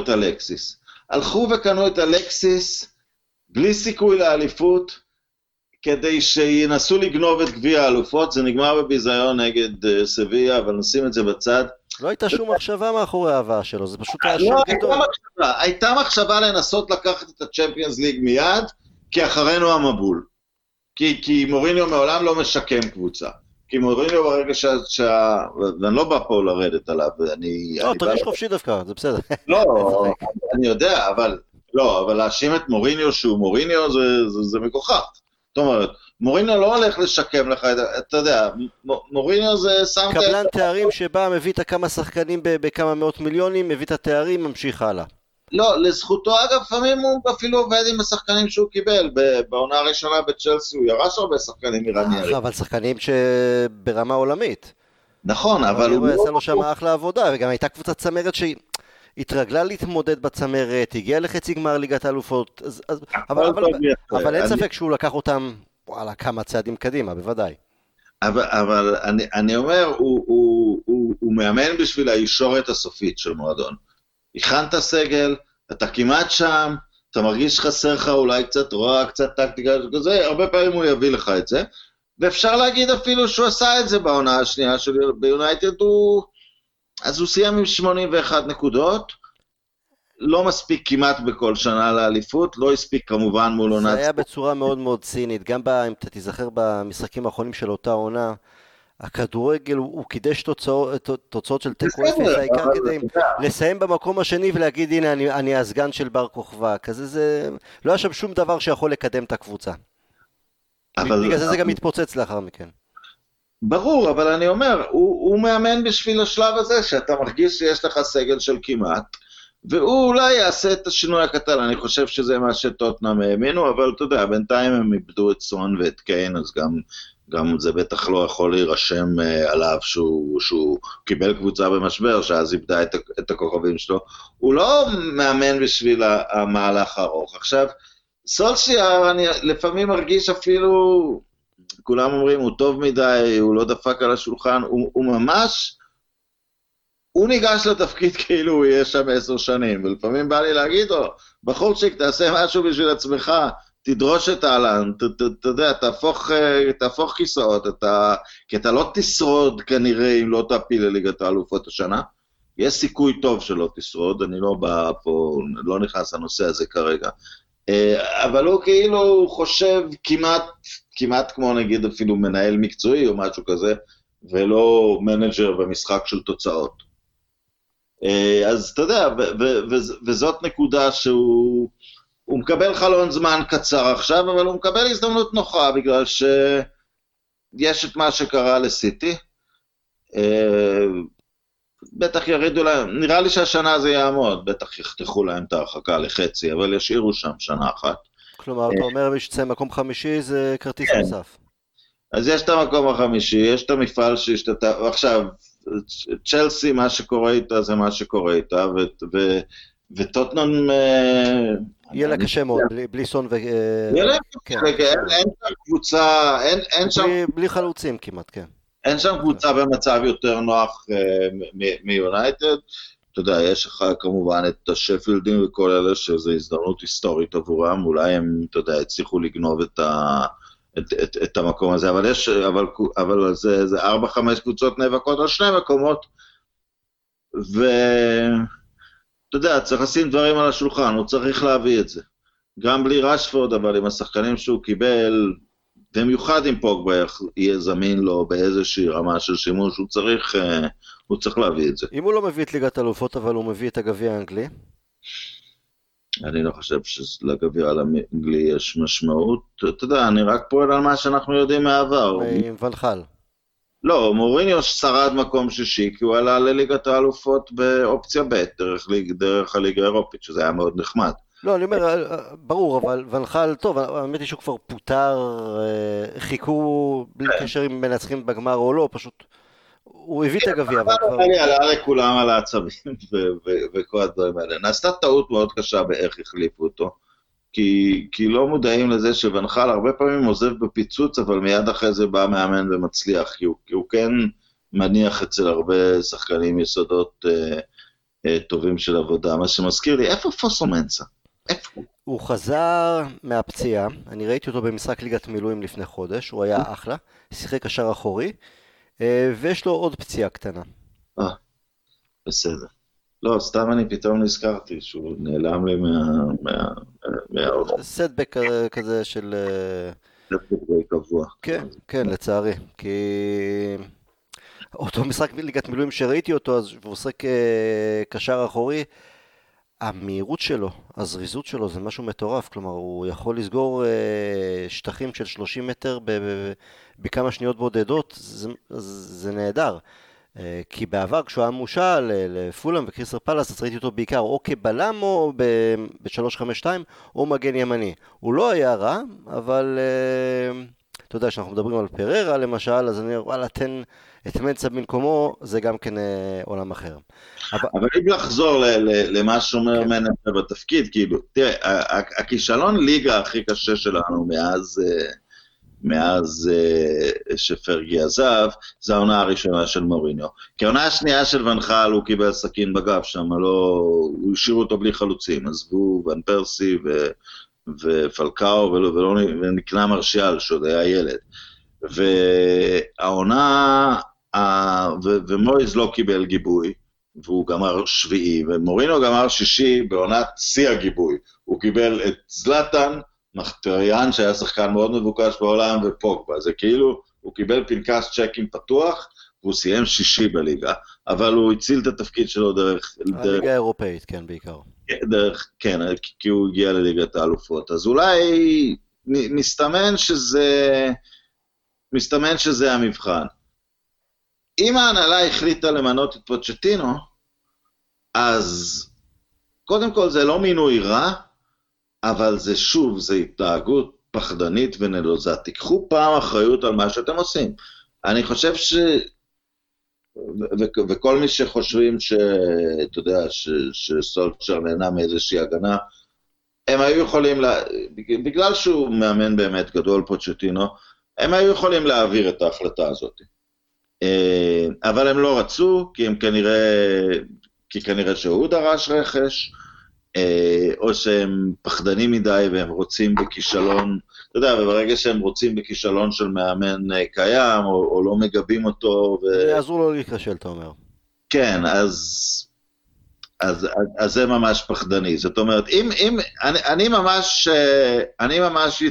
את אלקסיס, בלי סיכוי לאליפות, כדי שינסו לגנוב את גביע האלופות, זה נגמר בביזיון נגד סביה, אבל נשים את זה בצד. לא הייתה שום מחשבה מאחורי ההבאה שלו, זה פשוט היה שום גדול. הייתה מחשבה לנסות לקחת את הצ'מפיונס ליג מיד, כי אחרינו המבול. כי מוריניו מעולם לא משקם קבוצה. כי מוריניו ברגע ואני לא בא פה לרדת עליו, לא, תרגיש חופשי דווקא, זה בסדר. לא, אני יודע, אבל להאשים את מוריניו שהוא מוריניו זה מגוחך. זאת אומרת, מוריניו לא הולך לשקם לך, אתה יודע, מוריניו זה שם... קבלן תארים שבא, מביא את כמה שחקנים בכמה מאות מיליונים, מביא את התארים, ממשיך הלאה. לא, לזכותו אגב, לפעמים הוא אפילו עובד עם השחקנים שהוא קיבל, בעונה הראשונה בצ'לסי הוא ירש הרבה שחקנים איראנים. אבל שחקנים שברמה עולמית. נכון, אבל הוא עשה לו שם אחלה עבודה, וגם הייתה קבוצת צמרת שהתרגלה להתמודד בצמרת, הגיעה לחצי גמר ליגת האלופות, אבל אין ספק שהוא לקח אותם, וואלה, כמה צעדים קדימה, בוודאי. אבל אני אומר, הוא מאמן בשביל הישורת הסופית של מועדון. הכנת סגל, אתה כמעט שם, אתה מרגיש חסר לך אולי קצת רוע, קצת טקטיקה, כזה, הרבה פעמים הוא יביא לך את זה, ואפשר להגיד אפילו שהוא עשה את זה בעונה השנייה של ביונייטד, אז הוא סיים עם 81 נקודות, לא מספיק כמעט בכל שנה לאליפות, לא הספיק כמובן מול עונה... זה היה בצורה מאוד מאוד צינית, גם אם אתה תיזכר במשחקים האחרונים של אותה עונה, הכדורגל הוא קידש תוצאות של תיקו אפס, העיקר כדי לסיים במקום השני ולהגיד הנה אני הסגן של בר כוכבא, כזה זה, לא היה שם שום דבר שיכול לקדם את הקבוצה. בגלל זה גם מתפוצץ לאחר מכן. ברור, אבל אני אומר, הוא מאמן בשביל השלב הזה, שאתה מרגיש שיש לך סגל של כמעט, והוא אולי יעשה את השינוי הקטן, אני חושב שזה מה שטוטנהאם האמינו, אבל אתה יודע, בינתיים הם איבדו את סון ואת קיין, אז גם זה בטח לא יכול להירשם עליו שהוא קיבל קבוצה במשבר, שאז איבדה את הכוכבים שלו. הוא לא מאמן בשביל המהלך הארוך. עכשיו, סולשייר, אני לפעמים מרגיש אפילו, כולם אומרים, הוא טוב מדי, הוא לא דפק על השולחן, הוא ממש, הוא ניגש לתפקיד כאילו הוא יהיה שם 10 שנים, ולפעמים בא לי להגיד לו, בחורצ'יק, תעשה משהו בשביל עצמך, תדרוש את האלן, אתה יודע, תהפוך כיסאות, כי אתה לא תשרוד כנראה אם לא תפיל לליגת האלופות השנה, יש סיכוי טוב שלא תשרוד, אני לא בא פה, לא נכנס לנושא הזה כרגע, אבל הוא כאילו חושב כמעט כמו נגיד אפילו מנהל מקצועי או משהו כזה, ולא מנג'ר במשחק של תוצאות. אז אתה יודע, וזאת נקודה שהוא מקבל חלון זמן קצר עכשיו, אבל הוא מקבל הזדמנות נוחה, בגלל שיש את מה שקרה לסיטי, בטח ירידו להם, נראה לי שהשנה זה יעמוד, בטח יחתכו להם את ההרחקה לחצי, אבל ישאירו שם שנה אחת. כלומר, אתה אומר מי שצא מקום חמישי זה כרטיס נוסף. אז יש את המקום החמישי, יש את המפעל שהשתתף, עכשיו, צ'לסי, מה שקורה איתה זה מה שקורה איתה, וטוטנהאם... יהיה לה קשה מאוד, בלי סון ו... אין שם קבוצה, אין שם... בלי חלוצים כמעט, כן. אין שם קבוצה במצב יותר נוח מיונייטד, אתה יודע, יש לך כמובן את השפילדים וכל אלה, שזו הזדמנות היסטורית עבורם, אולי הם, אתה יודע, הצליחו לגנוב את המקום הזה, אבל זה 4-5 קבוצות נאבקות על 2 מקומות, ואתה יודע, צריך לשים דברים על השולחן, הוא צריך להביא את זה. גם בלי רשפורד, אבל עם השחקנים שהוא קיבל, במיוחד עם פוגבה יהיה זמין לו באיזושהי רמה של שימוש, הוא צריך להביא את זה. אם הוא לא מביא את ליגת האלופות, אבל הוא מביא את הגביע האנגלי? אני לא חושב שלגביע האנגלי יש משמעות. אתה יודע, אני רק פועל על מה שאנחנו יודעים מהעבר. עם ונחל. לא, מוריניו שרד מקום שישי, כי הוא עלה לליגת האלופות באופציה ב' דרך הליגה האירופית, שזה היה מאוד נחמד. לא, אני אומר, ברור, אבל ונחל, טוב, האמת היא שהוא כבר פוטר, חיכו בלי קשר אם מנצחים בגמר או לא, פשוט, הוא הביא את הגביע, אבל כבר... אני עלה לכולם על העצבים וכל הדברים האלה. נעשתה טעות מאוד קשה באיך החליפו אותו, כי לא מודעים לזה שונחל הרבה פעמים עוזב בפיצוץ, אבל מיד אחרי זה בא מאמן ומצליח, כי הוא כן מניח אצל הרבה שחקנים יסודות טובים של עבודה, מה שמזכיר לי, איפה פוסו מנסה? הוא חזר מהפציעה, אני ראיתי אותו במשחק ליגת מילואים לפני חודש, הוא היה אחלה, שיחק קשר אחורי, ויש לו עוד פציעה קטנה. בסדר. לא, סתם אני פתאום נזכרתי שהוא נעלם לי מהעולם. סטבק כזה של זה קבוע. כן, כן, לצערי, כי אותו משחק ליגת מילואים שראיתי אותו, אז הוא עושה כקשר אחורי, המהירות שלו, הזריזות שלו זה משהו מטורף, כלומר הוא יכול לסגור שטחים של 30 מטר בכמה שניות בודדות, זה נהדר. כי בעבר כשהוא היה מושל לפולאם וקריסטל פלאס, אז ראיתי אותו בעיקר או כבלם או ב-3-5-2 או מגן ימני. הוא לא היה רע, אבל אתה יודע, שאנחנו מדברים על פררה למשל, אז אני אומר, וואלה, תן את מנסה במקומו, זה גם כן עולם אחר. אבל אם לחזור למה שאומר מנסה בתפקיד, כאילו, תראה, הכישלון ליגה הכי קשה שלנו מאז שפרגי עזב, זה העונה הראשונה של מוריניו. כי העונה השנייה של ונחל הוא קיבל סכין בגב שם, הוא השאיר אותו בלי חלוצים, עזבו ון פרסי ופלקאו ונקנה מרשיאל שעוד היה ילד. והעונה, ומויז לא קיבל גיבוי, והוא גמר שביעי, ומוריניו גמר שישי בעונת שיא הגיבוי. הוא קיבל את זלטן, מחטריאן שהיה שחקן מאוד מבוקש בעולם, ופוגבה. זה כאילו, הוא קיבל פנקס צ'קים פתוח, והוא סיים שישי בליגה, אבל הוא הציל את התפקיד שלו דרך... הליגה האירופאית, כן, בעיקר. כן, כי הוא הגיע לליגת האלופות. אז אולי מסתמן שזה המבחן. אם ההנהלה החליטה למנות את פוצ'טינו, אז קודם כל זה לא מינוי רע, אבל זה שוב, זה התנהגות פחדנית ונלוזה. תיקחו פעם אחריות על מה שאתם עושים. אני חושב וכל מי שחושבים אתה יודע, שסולצ'ר נהנה מאיזושהי הגנה, הם היו יכולים, בגלל שהוא מאמן באמת גדול פוצ'טינו, הם היו יכולים להעביר את ההחלטה הזאת. אבל הם לא רצו, כי כנראה שהוא דרש רכש, או שהם פחדנים מדי והם רוצים בכישלון, אתה יודע, וברגע שהם רוצים בכישלון של מאמן קיים, או לא מגבים אותו. יעזרו לו להיכשל, אתה אומר. כן, אז זה ממש פחדני. זאת אומרת, אני ממש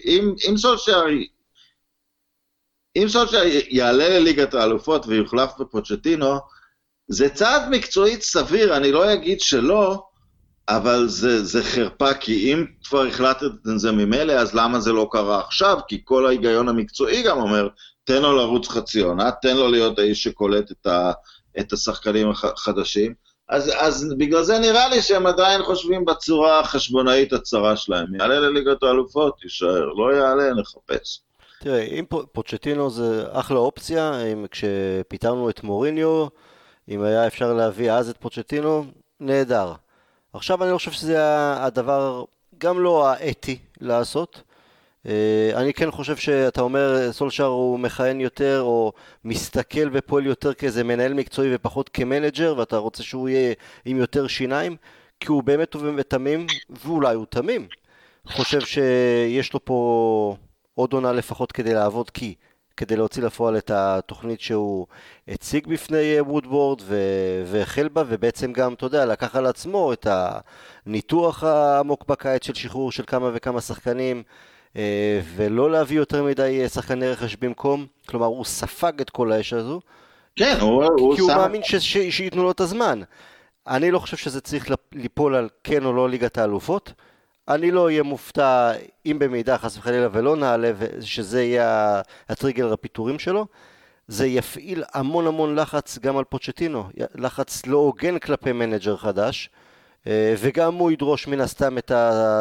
אם סולשר יעלה לליגת האלופות ויוחלף בפוצ'טינו, זה צעד מקצועית סביר, אני לא אגיד שלא, אבל זה חרפה, כי אם כבר החלטת את זה ממילא, אז למה זה לא קרה עכשיו? כי כל ההיגיון המקצועי גם אומר, תן לו לרוץ חצי עונה, תן לו להיות האיש שקולט את השחקנים החדשים, אז בגלל זה נראה לי שהם עדיין חושבים בצורה החשבונאית הצרה שלהם, יעלה לליגת האלופות, יישאר, לא יעלה, נחפש. תראה, אם פוצ'טינו זה אחלה אופציה, כשפיתרנו את מוריניו, אם היה אפשר להביא אז את פוצ'טינו, נהדר. עכשיו אני לא חושב שזה הדבר גם לא האתי לעשות. אני כן חושב שאתה אומר סולשר הוא מכהן יותר או מסתכל ופועל יותר כאיזה מנהל מקצועי ופחות כמנג'ר, ואתה רוצה שהוא יהיה עם יותר שיניים, כי הוא באמת טוב ותמים, ואולי הוא תמים. חושב שיש לו פה עוד עונה לפחות כדי לעבוד, כדי להוציא לפועל את התוכנית שהוא הציג בפני וודוורד והחל בה, ובעצם גם, אתה יודע, לקח על עצמו את הניתוח העמוק בקיץ של שחרור של כמה וכמה שחקנים, ולא להביא יותר מדי שחקני רכש במקום, כלומר הוא ספג את כל האש הזו, כן, כי הוא מאמין שיתנו לו את הזמן. אני לא חושב שזה צריך ליפול על כן או לא ליגת האלופות, אני לא אהיה מופתע אם במידה חס וחלילה ולא נעלה, שזה יהיה הטריגר הפיתורים שלו. זה יפעיל המון המון לחץ גם על פוצ'טינו, לחץ לא הוגן כלפי מנג'ר חדש, וגם הוא ידרוש מן הסתם את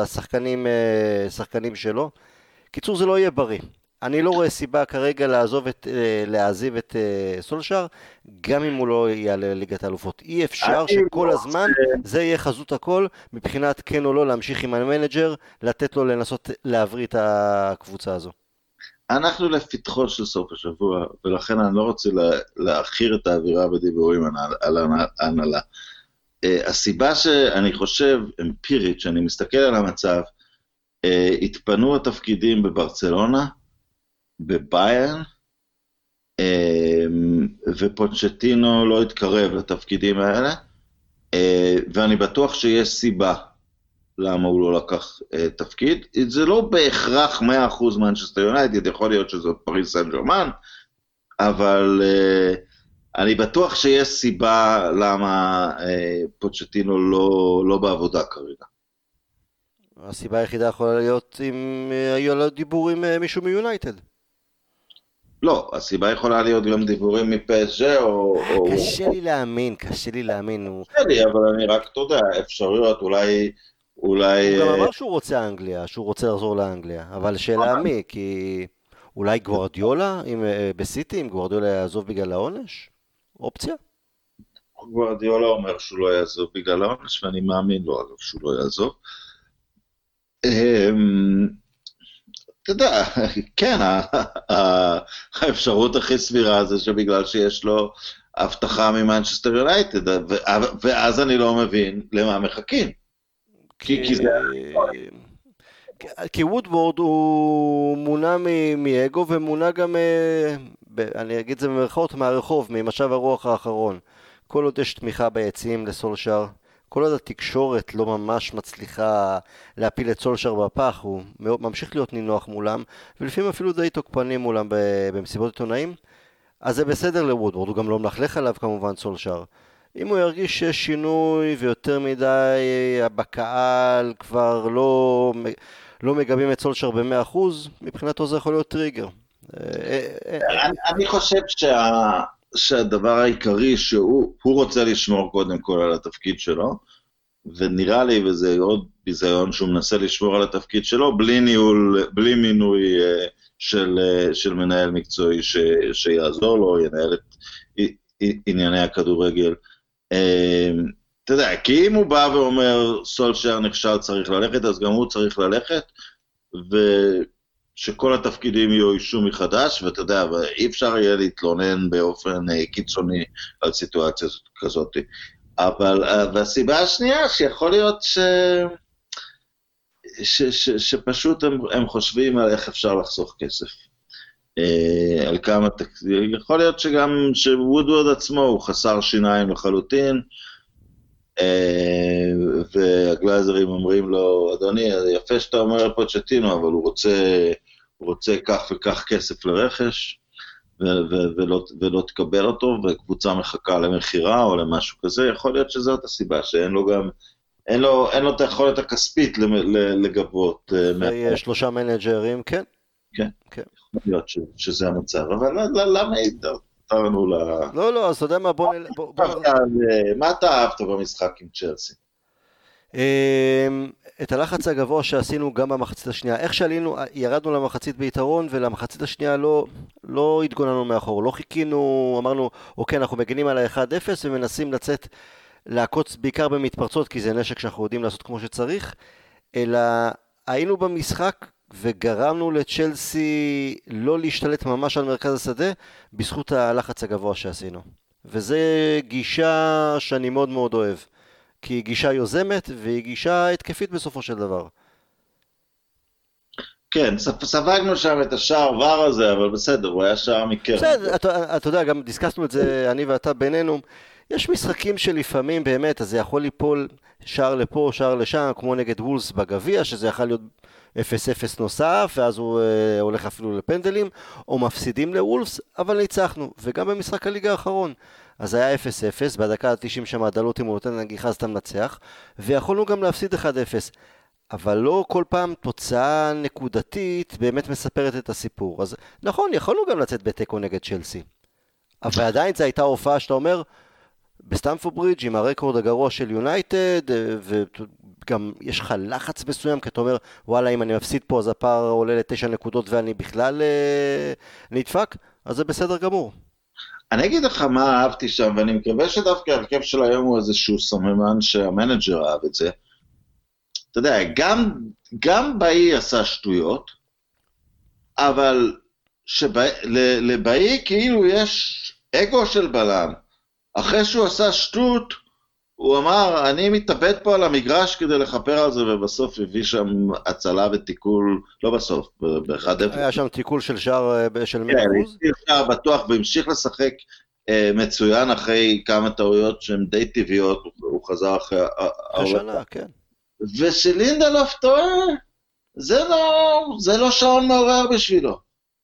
השחקנים שלו. קיצור, זה לא יהיה בריא. אני לא רואה סיבה כרגע להעזיב את סולשר, גם אם הוא לא יעלה לליגת האלופות. אי אפשר שכל הזמן זה יהיה חזות הכל, מבחינת כן או לא להמשיך עם המנג'ר, לתת לו לנסות להבריא את הקבוצה הזו. אנחנו לפתחו של סוף השבוע, ולכן אני לא רוצה להכיר את האווירה בדיבורים על ההנהלה. הסיבה שאני חושב אמפירית, שאני מסתכל על המצב, התפנו התפקידים בברצלונה, בביירן, ופוצ'טינו לא התקרב לתפקידים האלה, ואני בטוח שיש סיבה. למה הוא לא לקח תפקיד. זה לא בהכרח 100% מנצ'סטר יונייטד, יכול להיות שזה פריז סן ז'רמן, אבל אני בטוח שיש סיבה למה פוצ'טינו לא בעבודה כרגע. הסיבה היחידה יכולה להיות אם היו לו דיבור עם מישהו מיונייטד. לא, הסיבה יכולה להיות גם דיבורים מפסג'ה או... קשה לי להאמין. קשה לי, אבל אני רק, אתה יודע, אפשרויות, אולי... הוא גם אמר שהוא רוצה אנגליה, שהוא רוצה לחזור לאנגליה, אבל שאלה מי, כי אולי גוארדיולה בסיטי, אם גוארדיולה יעזוב בגלל העונש? אופציה? גוארדיולה אומר שהוא לא יעזוב בגלל העונש, ואני מאמין לו, אגב, שהוא לא יעזוב. אתה יודע, כן, האפשרות הכי סבירה זה שבגלל שיש לו הבטחה ממנצ'סטר יונייטד, ואז אני לא מבין למה מחכים. כי וודוורד הוא מונע מאגו ומונע גם, אני אגיד זה במרכאות, מהרחוב, ממשב הרוח האחרון. כל עוד יש תמיכה ביציעים לסולשר, כל עוד התקשורת לא ממש מצליחה להפיל את סולשר בפח, הוא ממשיך להיות נינוח מולם, ולפעמים אפילו די תוקפנים מולם במסיבות עיתונאים, אז זה בסדר לוודוורד, הוא גם לא מלכלך עליו כמובן סולשר. אם הוא ירגיש שיש שינוי ויותר מדי בקהל כבר לא מגבים את סולשר ב-100%, מבחינתו זה יכול להיות טריגר. אני חושב שהדבר העיקרי שהוא רוצה לשמור קודם כל על התפקיד שלו, ונראה לי, וזה עוד ביזיון שהוא מנסה לשמור על התפקיד שלו, בלי מינוי של מנהל מקצועי שיעזור לו, ינהל את ענייני הכדורגל. אתה יודע, כי אם הוא בא ואומר סולשר נכשל צריך ללכת, אז גם הוא צריך ללכת, ושכל התפקידים יהיו אישו מחדש, ואתה יודע, אי אפשר יהיה להתלונן באופן קיצוני על סיטואציה כזאת. אבל והסיבה השנייה שיכול להיות שפשוט הם חושבים על איך אפשר לחסוך כסף. על כמה יכול להיות שגם שוודוורד עצמו הוא חסר שיניים לחלוטין, והגלייזרים אומרים לו, אדוני, יפה שאתה אומר פוצ'טינו, אבל הוא רוצה כך וכך כסף לרכש, ולא תקבל אותו, וקבוצה מחכה למחירה או למשהו כזה. יכול להיות שזאת הסיבה, שאין לו גם, אין לו את היכולת הכספית לגבות. יש 3 מנג'רים, כן. כן, יכול להיות שזה המצב, אבל למה התארנו לא, אז אתה יודע מה, מה אתה אהבת במשחק עם צ'לסי? את הלחץ הגבוה שעשינו גם במחצית השנייה, איך שעלינו, ירדנו למחצית ביתרון, ולמחצית השנייה לא התגוננו מאחור, לא חיכינו, אמרנו, אוקיי, אנחנו מגנים על ה-1-0 ומנסים לצאת, לעקוץ בעיקר במתפרצות, כי זה נשק שאנחנו יודעים לעשות כמו שצריך, אלא היינו במשחק וגרמנו לצ'לסי לא להשתלט ממש על מרכז השדה, בזכות הלחץ הגבוה שעשינו. וזה גישה שאני מאוד מאוד אוהב. כי היא גישה יוזמת והיא גישה התקפית בסופו של דבר. כן, ספגנו שם את השער ור הזה, אבל בסדר, הוא היה שער מקרן. בסדר, אתה יודע, גם דיסקסנו את זה אני ואתה בינינו, יש משחקים שלפעמים באמת, אז זה יכול ליפול שער לפה, שער לשם, כמו נגד וולס בגביע, שזה יכול להיות 0-0 נוסף, ואז הוא הולך אפילו לפנדלים, או מפסידים לוולס, אבל ניצחנו, וגם במשחק הליגה האחרון. אז היה 0-0, בדקה ה-90 שם הדלות אם הוא נותן נגיחה אז אתה מנצח, ויכולנו גם להפסיד 1-0, אבל לא כל פעם תוצאה נקודתית באמת מספרת את הסיפור. אז נכון, יכולנו גם לצאת בטקו נגד צ'לסי, אבל עדיין זו הייתה הופעה שאתה אומר, בסטמפורד ברידג' עם הרקורד הגרוע של יונייטד, וגם יש לך לחץ מסוים, כי אתה אומר, וואלה, אם אני מפסיד פה אז הפער עולה ל9 נקודות ואני בכלל נדפק, אז זה בסדר גמור. אני אגיד לך מה אהבתי שם, ואני מקווה שדווקא הרכב של היום הוא איזשהו סממן שהמנג'ר אהב את זה. אתה יודע, גם באי עשה שטויות, אבל לבאי כאילו יש אגו של בלם. אחרי שהוא עשה שטות, הוא אמר, אני מתאבד פה על המגרש כדי לחפר על זה, ובסוף הביא שם הצלה ותיקול, לא בסוף, ב-1-0. היה שם תיקול של שער של 100%? כן, שער בטוח, והמשיך לשחק מצוין אחרי כמה טעויות שהן די טבעיות, הוא חזר אחרי שנה, כן. ושלינדלוף טועה, זה לא שעון מעורר בשבילו.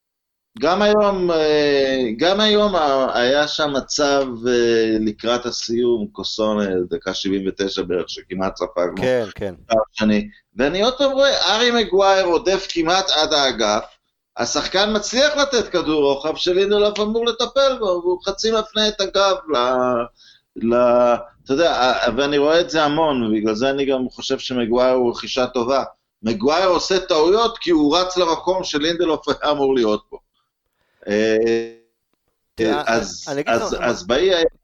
גם היום היה שם מצב לקראת הסיום, קוסונה, דקה 79 בערך, שכמעט ספגנו. כן, כן. ואני עוד פעם רואה, ארי מגווייר עודף כמעט עד האגף, השחקן מצליח לתת כדור רוחב, שלינדלוף אמור לטפל בו, והוא חצי מפנה את הגב אתה יודע, ואני רואה את זה המון, ובגלל זה אני גם חושב שמגווייר הוא רכישה טובה. מגווייר עושה טעויות כי הוא רץ למקום שלינדלוף היה אמור להיות פה. אז באי היה...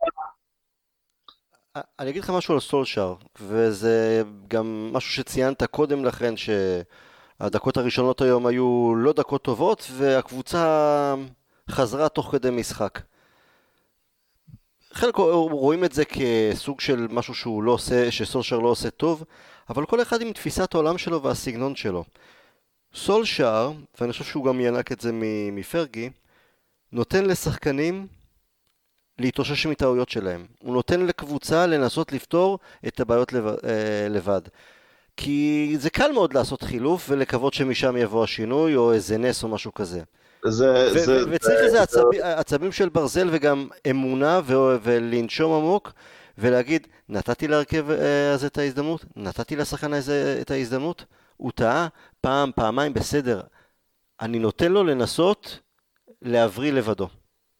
אני אגיד לך משהו על סולשר, וזה גם משהו שציינת קודם לכן, שהדקות הראשונות היום היו לא דקות טובות, והקבוצה חזרה תוך כדי משחק. חלק רואים את זה כסוג של משהו שהוא לא עושה, שסולשר לא עושה טוב, אבל כל אחד עם תפיסת העולם שלו והסגנון שלו. סולשר, ואני חושב שהוא גם ינק את זה מפרגי, נותן לשחקנים להתאושש מטעויות שלהם. הוא נותן לקבוצה לנסות לפתור את הבעיות לבד. כי זה קל מאוד לעשות חילוף ולקוות שמשם יבוא השינוי או איזה נס או משהו כזה. וצריך איזה עצבים של ברזל וגם אמונה ולנשום עמוק ולהגיד, נתתי להרכב הזה את ההזדמנות, נתתי לשחקן הזה את ההזדמנות, הוא טעה פעם, פעמיים, בסדר. אני נותן לו לנסות להבריא לבדו.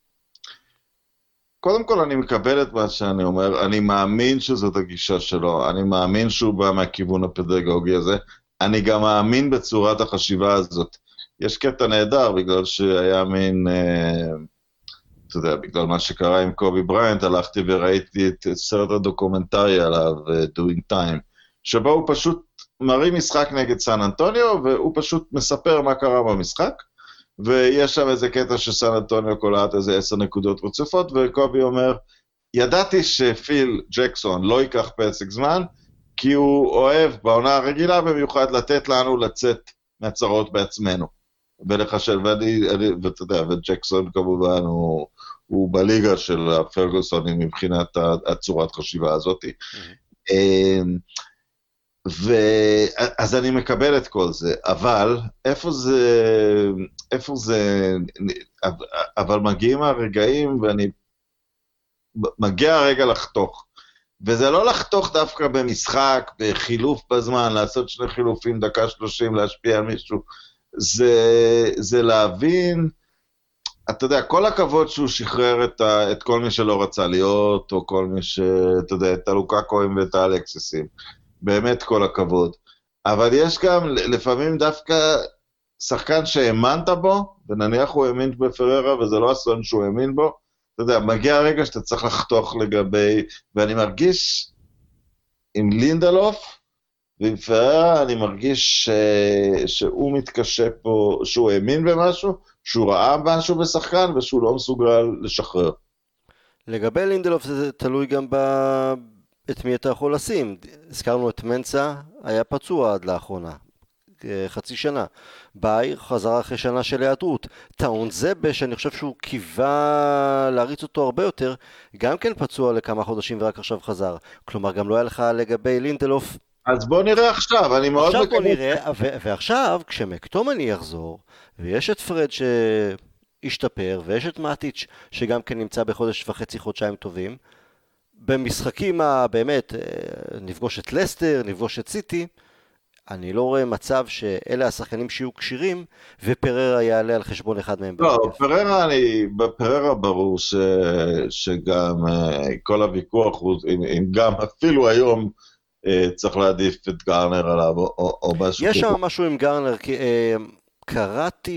קודם כל אני מקבל את מה שאני אומר, אני מאמין שזאת הגישה שלו, אני מאמין שהוא בא מהכיוון הפדגוגי הזה, אני גם מאמין בצורת החשיבה הזאת. יש קטע נהדר, בגלל שהיה מין, אתה יודע, בגלל מה שקרה עם קובי בריינט, הלכתי וראיתי את סרט הדוקומנטרי עליו, Doing Time, שבו הוא פשוט מראה משחק נגד סן אנטוניו, והוא פשוט מספר מה קרה במשחק, ויש שם איזה קטע שסן אנטוניו קולט איזה 10 נקודות רצופות, וקובי אומר, ידעתי שפיל ג'קסון לא ייקח פסק זמן, כי הוא אוהב בעונה הרגילה במיוחד לתת לנו לצאת מהצרות בעצמנו. ולחשל, ואתה יודע, וג'קסון כמובן הוא בליגה של הפרגוסונים מבחינת הצורת חשיבה הזאת. אז אני מקבל את כל זה, אבל איפה זה, אבל מגיעים הרגעים ואני מגיע הרגע לחתוך, וזה לא לחתוך דווקא במשחק, בחילוף בזמן, לעשות 2 חילופים, דקה 30, להשפיע על מישהו, זה להבין, אתה יודע, כל הכבוד שהוא שחרר את כל מי שלא רצה להיות, או כל מי אתה יודע, את הלוקאקוים ואת האלקסיסים, באמת כל הכבוד. אבל יש גם לפעמים דווקא שחקן שהאמנת בו, ונניח הוא האמין בפררה, וזה לא אסון שהוא האמין בו, אתה יודע, מגיע הרגע שאתה צריך לחתוך לגבי, ואני מרגיש עם לינדלוף, ועם פררה אני מרגיש שהוא מתקשה פה, שהוא האמין במשהו, שהוא ראה משהו בשחקן, ושהוא לא מסוגל לשחרר. לגבי לינדלוף זה תלוי גם את מי אתה יכול לשים. הזכרנו את מנסה, היה פצוע עד לאחרונה, חצי שנה. ביי חזרה אחרי שנה של היעדרות. טאון זבש, אני חושב שהוא קיווה להריץ אותו הרבה יותר, גם כן פצוע לכמה חודשים ורק עכשיו חזר. כלומר, גם לא היה לך לגבי לינדלוף. אז בוא נראה עכשיו, אני מאוד עכשיו בוא נראה, ועכשיו כשמקטומני יחזור, ויש את פרד שהשתפר, ויש את מאטיץ' שגם כן נמצא בחודש וחצי, חודשיים טובים, במשחקים באמת, נפגוש את לסטר, נפגוש את סיטי, אני לא רואה מצב שאלה השחקנים שיהיו קשירים, ופררה יעלה על חשבון אחד מהם. לא, בפררה ברור שגם כל הוויכוח, אם גם אפילו היום צריך להעדיף את גרנר עליו, או משהו. יש שם משהו עם גרנר, כי קראתי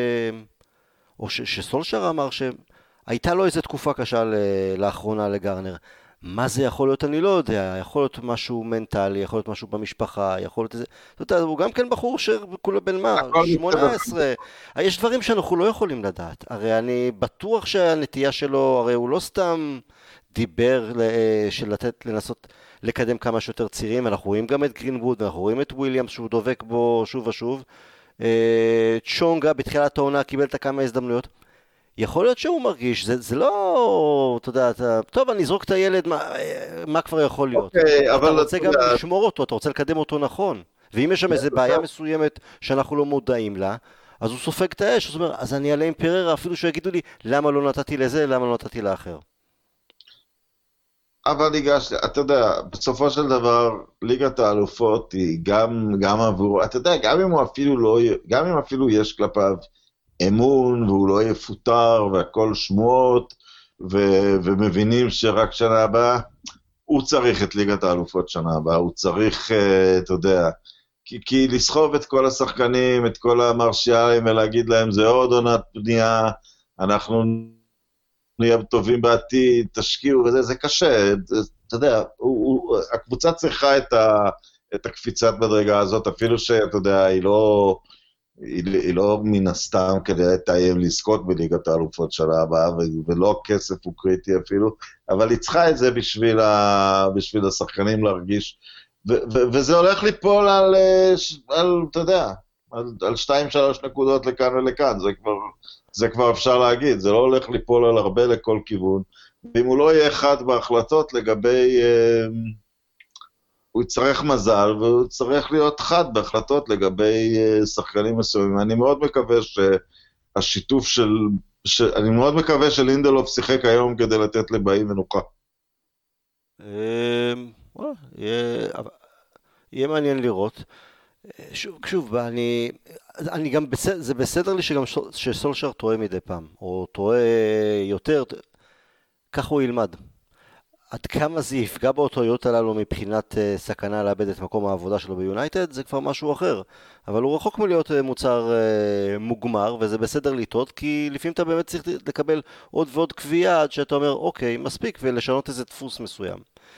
או שסולשר אמר שהייתה לו איזו תקופה קשה לאחרונה לגרנר. מה זה יכול להיות אני לא יודע, יכול להיות משהו מנטלי, יכול להיות משהו במשפחה, יכול להיות איזה, אתה יודע, הוא גם כן בחור שכולו בן מה, 18, יש דברים שאנחנו לא יכולים לדעת, הרי אני בטוח שהנטייה שלו, הרי הוא לא סתם דיבר לנסות לקדם כמה שיותר צירים, אנחנו רואים גם את גרינווד, אנחנו רואים את וויליאמס שהוא דובק בו שוב ושוב, צ'ונגה בתחילת העונה קיבל את כמה הזדמנויות, יכול להיות שהוא מרגיש, זה לא, אתה יודע, טוב, אני אזרוק את הילד, מה כבר יכול להיות? אוקיי, אתה אבל רוצה אתה גם יודע, לשמור אותו, אתה רוצה לקדם אותו נכון. ואם יש שם איזו בעיה מסוימת שאנחנו לא מודעים לה, אז הוא סופג את האש, זאת אומרת, אז אני אעלה עם פררה, אפילו שיגידו לי, למה לא נתתי לזה, למה לא נתתי לאחר. אבל ניגש, אתה יודע, בסופו של דבר, ליגת האלופות היא גם עבור, אתה יודע, גם אם הוא אפילו לא, גם אם אפילו יש כלפיו אמון, והוא לא יפוטר, והכל שמועות, ומבינים שרק שנה הבאה, הוא צריך את ליגת האלופות שנה הבאה, הוא צריך, אתה יודע, כי לסחוב את כל השחקנים, את כל המרשיאלים, ולהגיד להם, זה עוד עונת בנייה, אנחנו נהיה טובים בעתיד, תשקיעו וזה, זה קשה, אתה יודע, הקבוצה צריכה את הקפיצת מדרגה הזאת, אפילו שאתה יודע, היא לא מן הסתם כדי לתאם לזכות בליגת האלופות שלה הבאה, ולא כסף הוא קריטי אפילו, אבל היא צריכה את זה בשביל השחקנים להרגיש, וזה הולך ליפול על, אתה יודע, על 2-3 נקודות לכאן ולכאן, זה כבר אפשר להגיד, זה לא הולך ליפול על הרבה לכל כיוון, ואם הוא לא יהיה אחד בהחלטות לגבי, הוא יצטרך מזל, והוא צריך להיות חד בהחלטות לגבי שחקנים מסוימים. אני מאוד מקווה שהשיתוף אני מאוד מקווה שלינדלוף שיחק היום כדי לתת לבאים מנוחה. יהיה מעניין לראות. שוב, אני גם, זה בסדר לי שגם שסולשר טועה מדי פעם, או טועה יותר, כך הוא ילמד. עד כמה זה יפגע באותיות הללו מבחינת סכנה לאבד את מקום העבודה שלו ביונייטד, זה כבר משהו אחר. אבל הוא רחוק מלהיות מוצר מוגמר, וזה בסדר לטעות, כי לפעמים אתה באמת צריך לקבל עוד ועוד קביעה, עד שאתה אומר, אוקיי, מספיק, ולשנות איזה דפוס מסוים.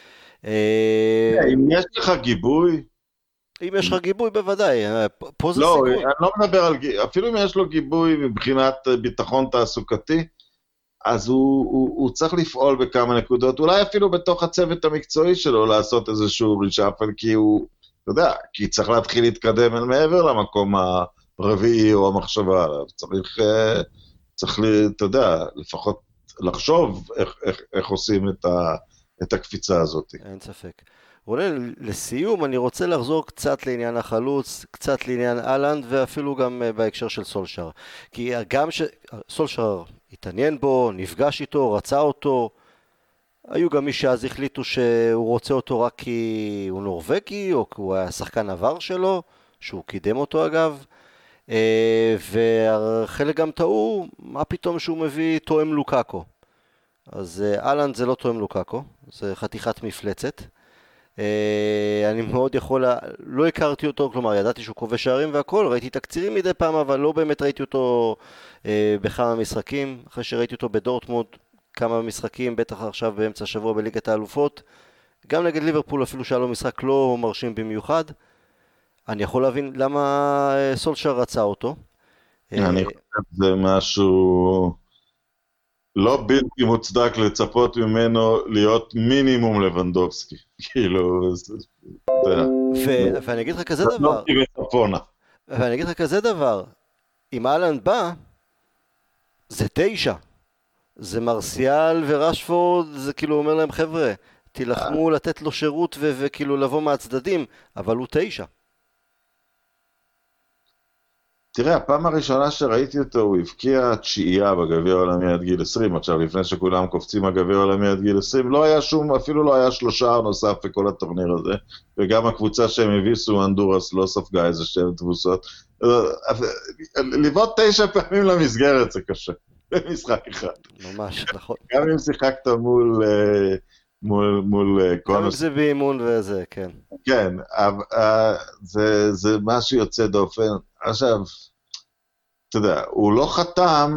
אם יש לך גיבוי, אם יש לך גיבוי, בוודאי. פה זה לא, סיכוי. אני לא מדבר על גיבוי, אפילו אם יש לו גיבוי מבחינת ביטחון תעסוקתי, אז הוא צריך לפעול בכמה נקודות, אולי אפילו בתוך הצוות המקצועי שלו לעשות איזשהו רישאפל, כי הוא, אתה יודע, כי צריך להתחיל להתקדם אל מעבר למקום הרביעי או המחשבה עליו. צריך, אתה יודע, לפחות לחשוב איך עושים את הקפיצה הזאת. אין ספק. רונן, לסיום אני רוצה לחזור קצת לעניין החלוץ, קצת לעניין אלנד, ואפילו גם בהקשר של סולשר. כי גם שסולשר התעניין בו, נפגש איתו, רצה אותו, היו גם מי שאז החליטו שהוא רוצה אותו רק כי הוא נורווגי, או כי הוא היה שחקן עבר שלו, שהוא קידם אותו אגב, וחלק גם טעו, מה פתאום שהוא מביא תואם לוקאקו. אז אלנד זה לא תואם לוקאקו, זה חתיכת מפלצת. אני מאוד יכול, לא הכרתי אותו, כלומר ידעתי שהוא כובש שערים והכל, ראיתי תקצירים מדי פעם, אבל לא באמת ראיתי אותו בכמה משחקים. אחרי שראיתי אותו בדורטמונד כמה משחקים, בטח עכשיו באמצע השבוע בליגת האלופות, גם נגד ליברפול אפילו שהיה לו משחק לא מרשים במיוחד. אני יכול להבין למה סולשר רצה אותו. אני חושב שזה משהו לא בלתי מוצדק לצפות ממנו להיות מינימום לבנדובסקי, כאילו, ואני אגיד לך כזה דבר, ואני אגיד לך כזה דבר, אם אלנד בא, זה 9, זה מרסיאל ורשפורד, זה כאילו אומר להם חבר'ה, תילחמו לתת לו שירות וכאילו לבוא מהצדדים, אבל הוא 9. תראה, הפעם הראשונה שראיתי אותו, הוא הבקיע 9 בגביע העולמי עד גיל 20, עכשיו לפני שכולם קופצים הגביע העולמי עד גיל 20, לא היה אפילו לא היה 3 נוסף בכל הטורניר הזה, וגם הקבוצה שהם הביסו, אנדורס, לא ספגה איזה 2 תבוסות, לבעוט 9 פעמים למסגרת זה קשה, במשחק אחד. ממש, נכון. גם אם שיחקת מול קונוס. גם אם זה באימון וזה, כן. כן, זה משהו יוצא דופן. עכשיו, אתה יודע, הוא לא חתם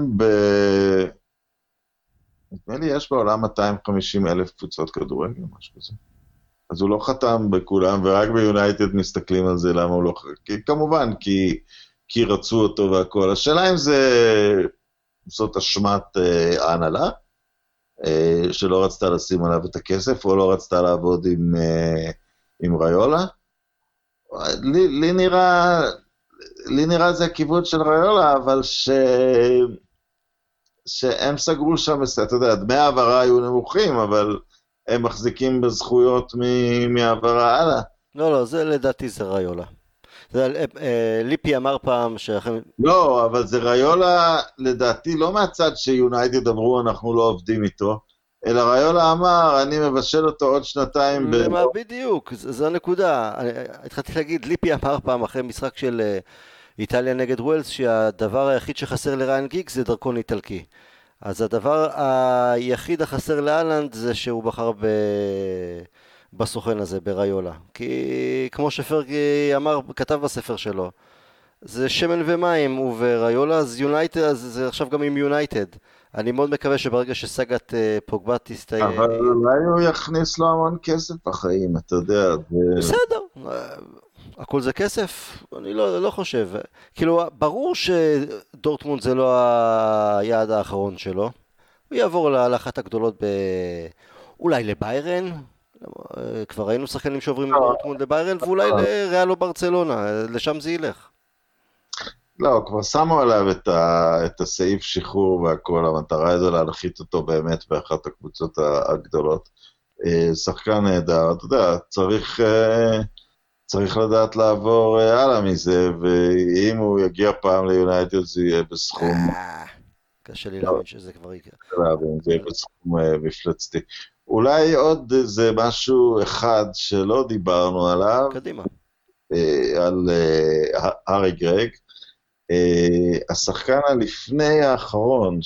נדמה לי יש בעולם 250,000 קבוצות כדורגל, משהו כזה. אז הוא לא חתם בכולם, ורק ביונייטד מסתכלים על זה, למה הוא לא חתם. כמובן, כי רצו אותו והכל. השאלה אם זאת אשמת ההנהלה, שלא רצתה לשים עליו את הכסף, או לא רצתה לעבוד עם ריולה. לי נראה זה הכיוון של ריולה, אבל שהם סגרו שם, אתה יודע, דמי העברה היו נמוכים, אבל הם מחזיקים בזכויות מהעברה הלאה. לא, לא, זה לדעתי זה ריולה. ליפי אמר פעם שאחרי... לא, אבל זה ריולה, לדעתי, לא מהצד שיונייטד אמרו, אנחנו לא עובדים איתו, אלא ריולה אמר, אני מבשל אותו עוד שנתיים. בדיוק, זו הנקודה. התחלתי להגיד, ליפי אמר פעם אחרי משחק של איטליה נגד ווילס, שהדבר היחיד שחסר לריין גיגס זה דרכון איטלקי. אז הדבר היחיד החסר לאלנד זה שהוא בחר בסוכן הזה, בריולה. כי כמו שפרגי אמר, כתב בספר שלו, זה שמן ומים, הוא וריולה, אז יונייטד, אז זה עכשיו גם עם יונייטד. אני מאוד מקווה שברגע שסגת פוגבה תסתיים... אבל אולי הוא יכניס לו המון כסף בחיים, אתה יודע. בסדר, הכל זה כסף? אני לא חושב. כאילו, ברור שדורטמונד זה לא היעד האחרון שלו. הוא יעבור לאחת הגדולות אולי לביירן, כבר ראינו שחקנים שעוברים מדורטמונד לביירן, ואולי לריאל או ברצלונה, לשם זה ילך. לא, כבר שמו עליו את הסעיף שחרור והכל, המטרה זה להנחית אותו באמת באחת הקבוצות הגדולות. שחקן נהדר, אתה יודע, צריך לדעת לעבור הלאה מזה, ואם הוא יגיע פעם ליונייטד זה יהיה בסכום... קשה לי להבין שזה כבר יקרה. זה יהיה בסכום מפלצתי. אולי עוד זה משהו אחד שלא דיברנו עליו. קדימה. על הארי גרג. השחקן הלפני האחרון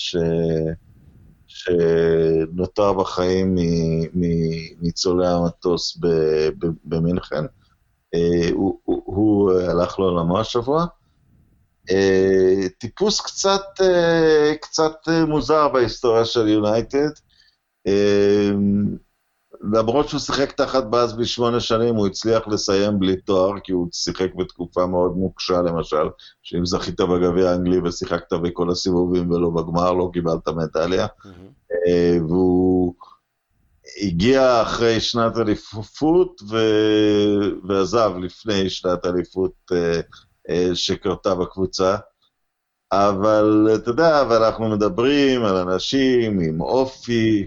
שנותר בחיים מניצולי המטוס במינכן, הוא הלך לעולמו השבוע. טיפוס קצת מוזר בהיסטוריה של יונייטד, למרות שהוא שיחק תחת באזבי 8 שנים, הוא הצליח לסיים בלי תואר, כי הוא שיחק בתקופה מאוד מוקשה, למשל, שאם זכית בגביע האנגלי ושיחקת בכל הסיבובים ולא בגמר, לא קיבלת מדליה, והוא הגיע אחרי שנת אליפות, ועזב לפני שנת אליפות שקרתה בקבוצה, אבל אתה יודע, אנחנו מדברים על אנשים עם אופי,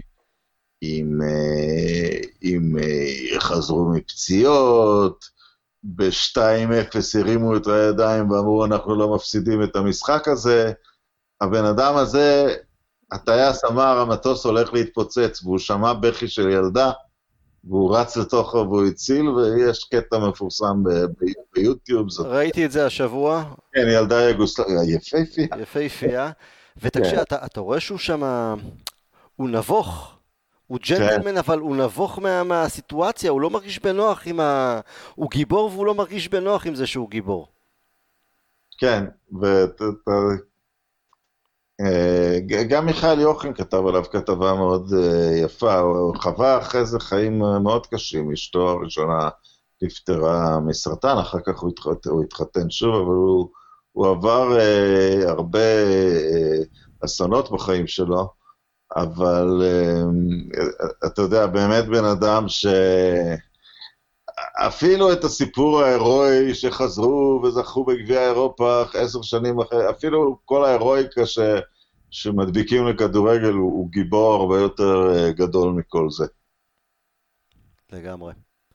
אם חזרו מפציעות, ב-2-0 הרימו את הידיים ואמרו אנחנו לא מפסידים את המשחק הזה, הבן אדם הזה, הטייס אמר המטוס הולך להתפוצץ, והוא שמע בכי של ילדה, והוא רץ לתוכו והוא הציל, ויש קטע מפורסם ביוטיוב. ראיתי את זה השבוע. כן, ילדה יפהפייה. יפהפייה, ותקשיב, אתה רואה שהוא שם, הוא נבוך. הוא ג'נטלמן, אבל הוא נבוך מהסיטואציה, הוא לא מרגיש בנוח הוא גיבור והוא לא מרגיש בנוח עם זה שהוא גיבור. כן, גם מיכאל יוחין כתב עליו כתבה מאוד יפה, הוא חווה אחרי זה חיים מאוד קשים, אשתו הראשונה נפטרה מסרטן, אחר כך הוא התחתן שוב, אבל הוא עבר הרבה אסונות בחיים שלו, אבל אתה יודע, באמת בן אדם שאפילו את הסיפור ההירואי שחזרו וזכו בגביע אירופה 10 שנים אחרי, אפילו כל ההירואיקה שמדביקים לכדורגל הוא גיבור הרבה יותר גדול מכל זה. לגמרי.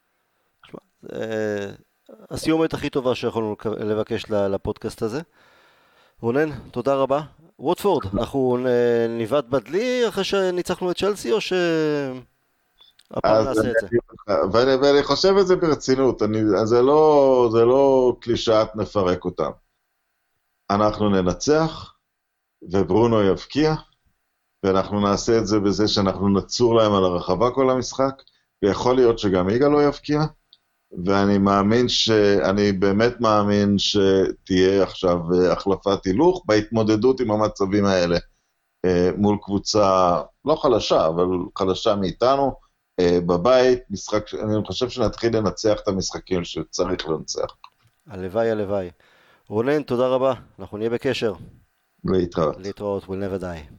הסיומת הכי טובה שיכולנו לבקש לפודקאסט הזה. רונן, תודה רבה. ווטפורד, אנחנו ניבט בדלי אחרי שניצחנו את צ'לסי, או שהפעם נעשה את זה? ואני חושב את זה ברצינות, זה לא קלישאת נפרק אותם. אנחנו ננצח, וברונו יבקיע, ואנחנו נעשה את זה בזה שאנחנו נצור להם על הרחבה כל המשחק, ויכול להיות שגם איגה לא יבקיע, אני באמת מאמין שתהיה עכשיו החלפת הילוך בהתמודדות עם המצבים האלה מול קבוצה לא חלשה, אבל חלשה מאיתנו בבית, אני חושב שנתחיל לנצח את המשחקים שצריך לנצח. הלוואי, הלוואי. רונן, תודה רבה, אנחנו נהיה בקשר. להתראות. להתראות, we'll never die.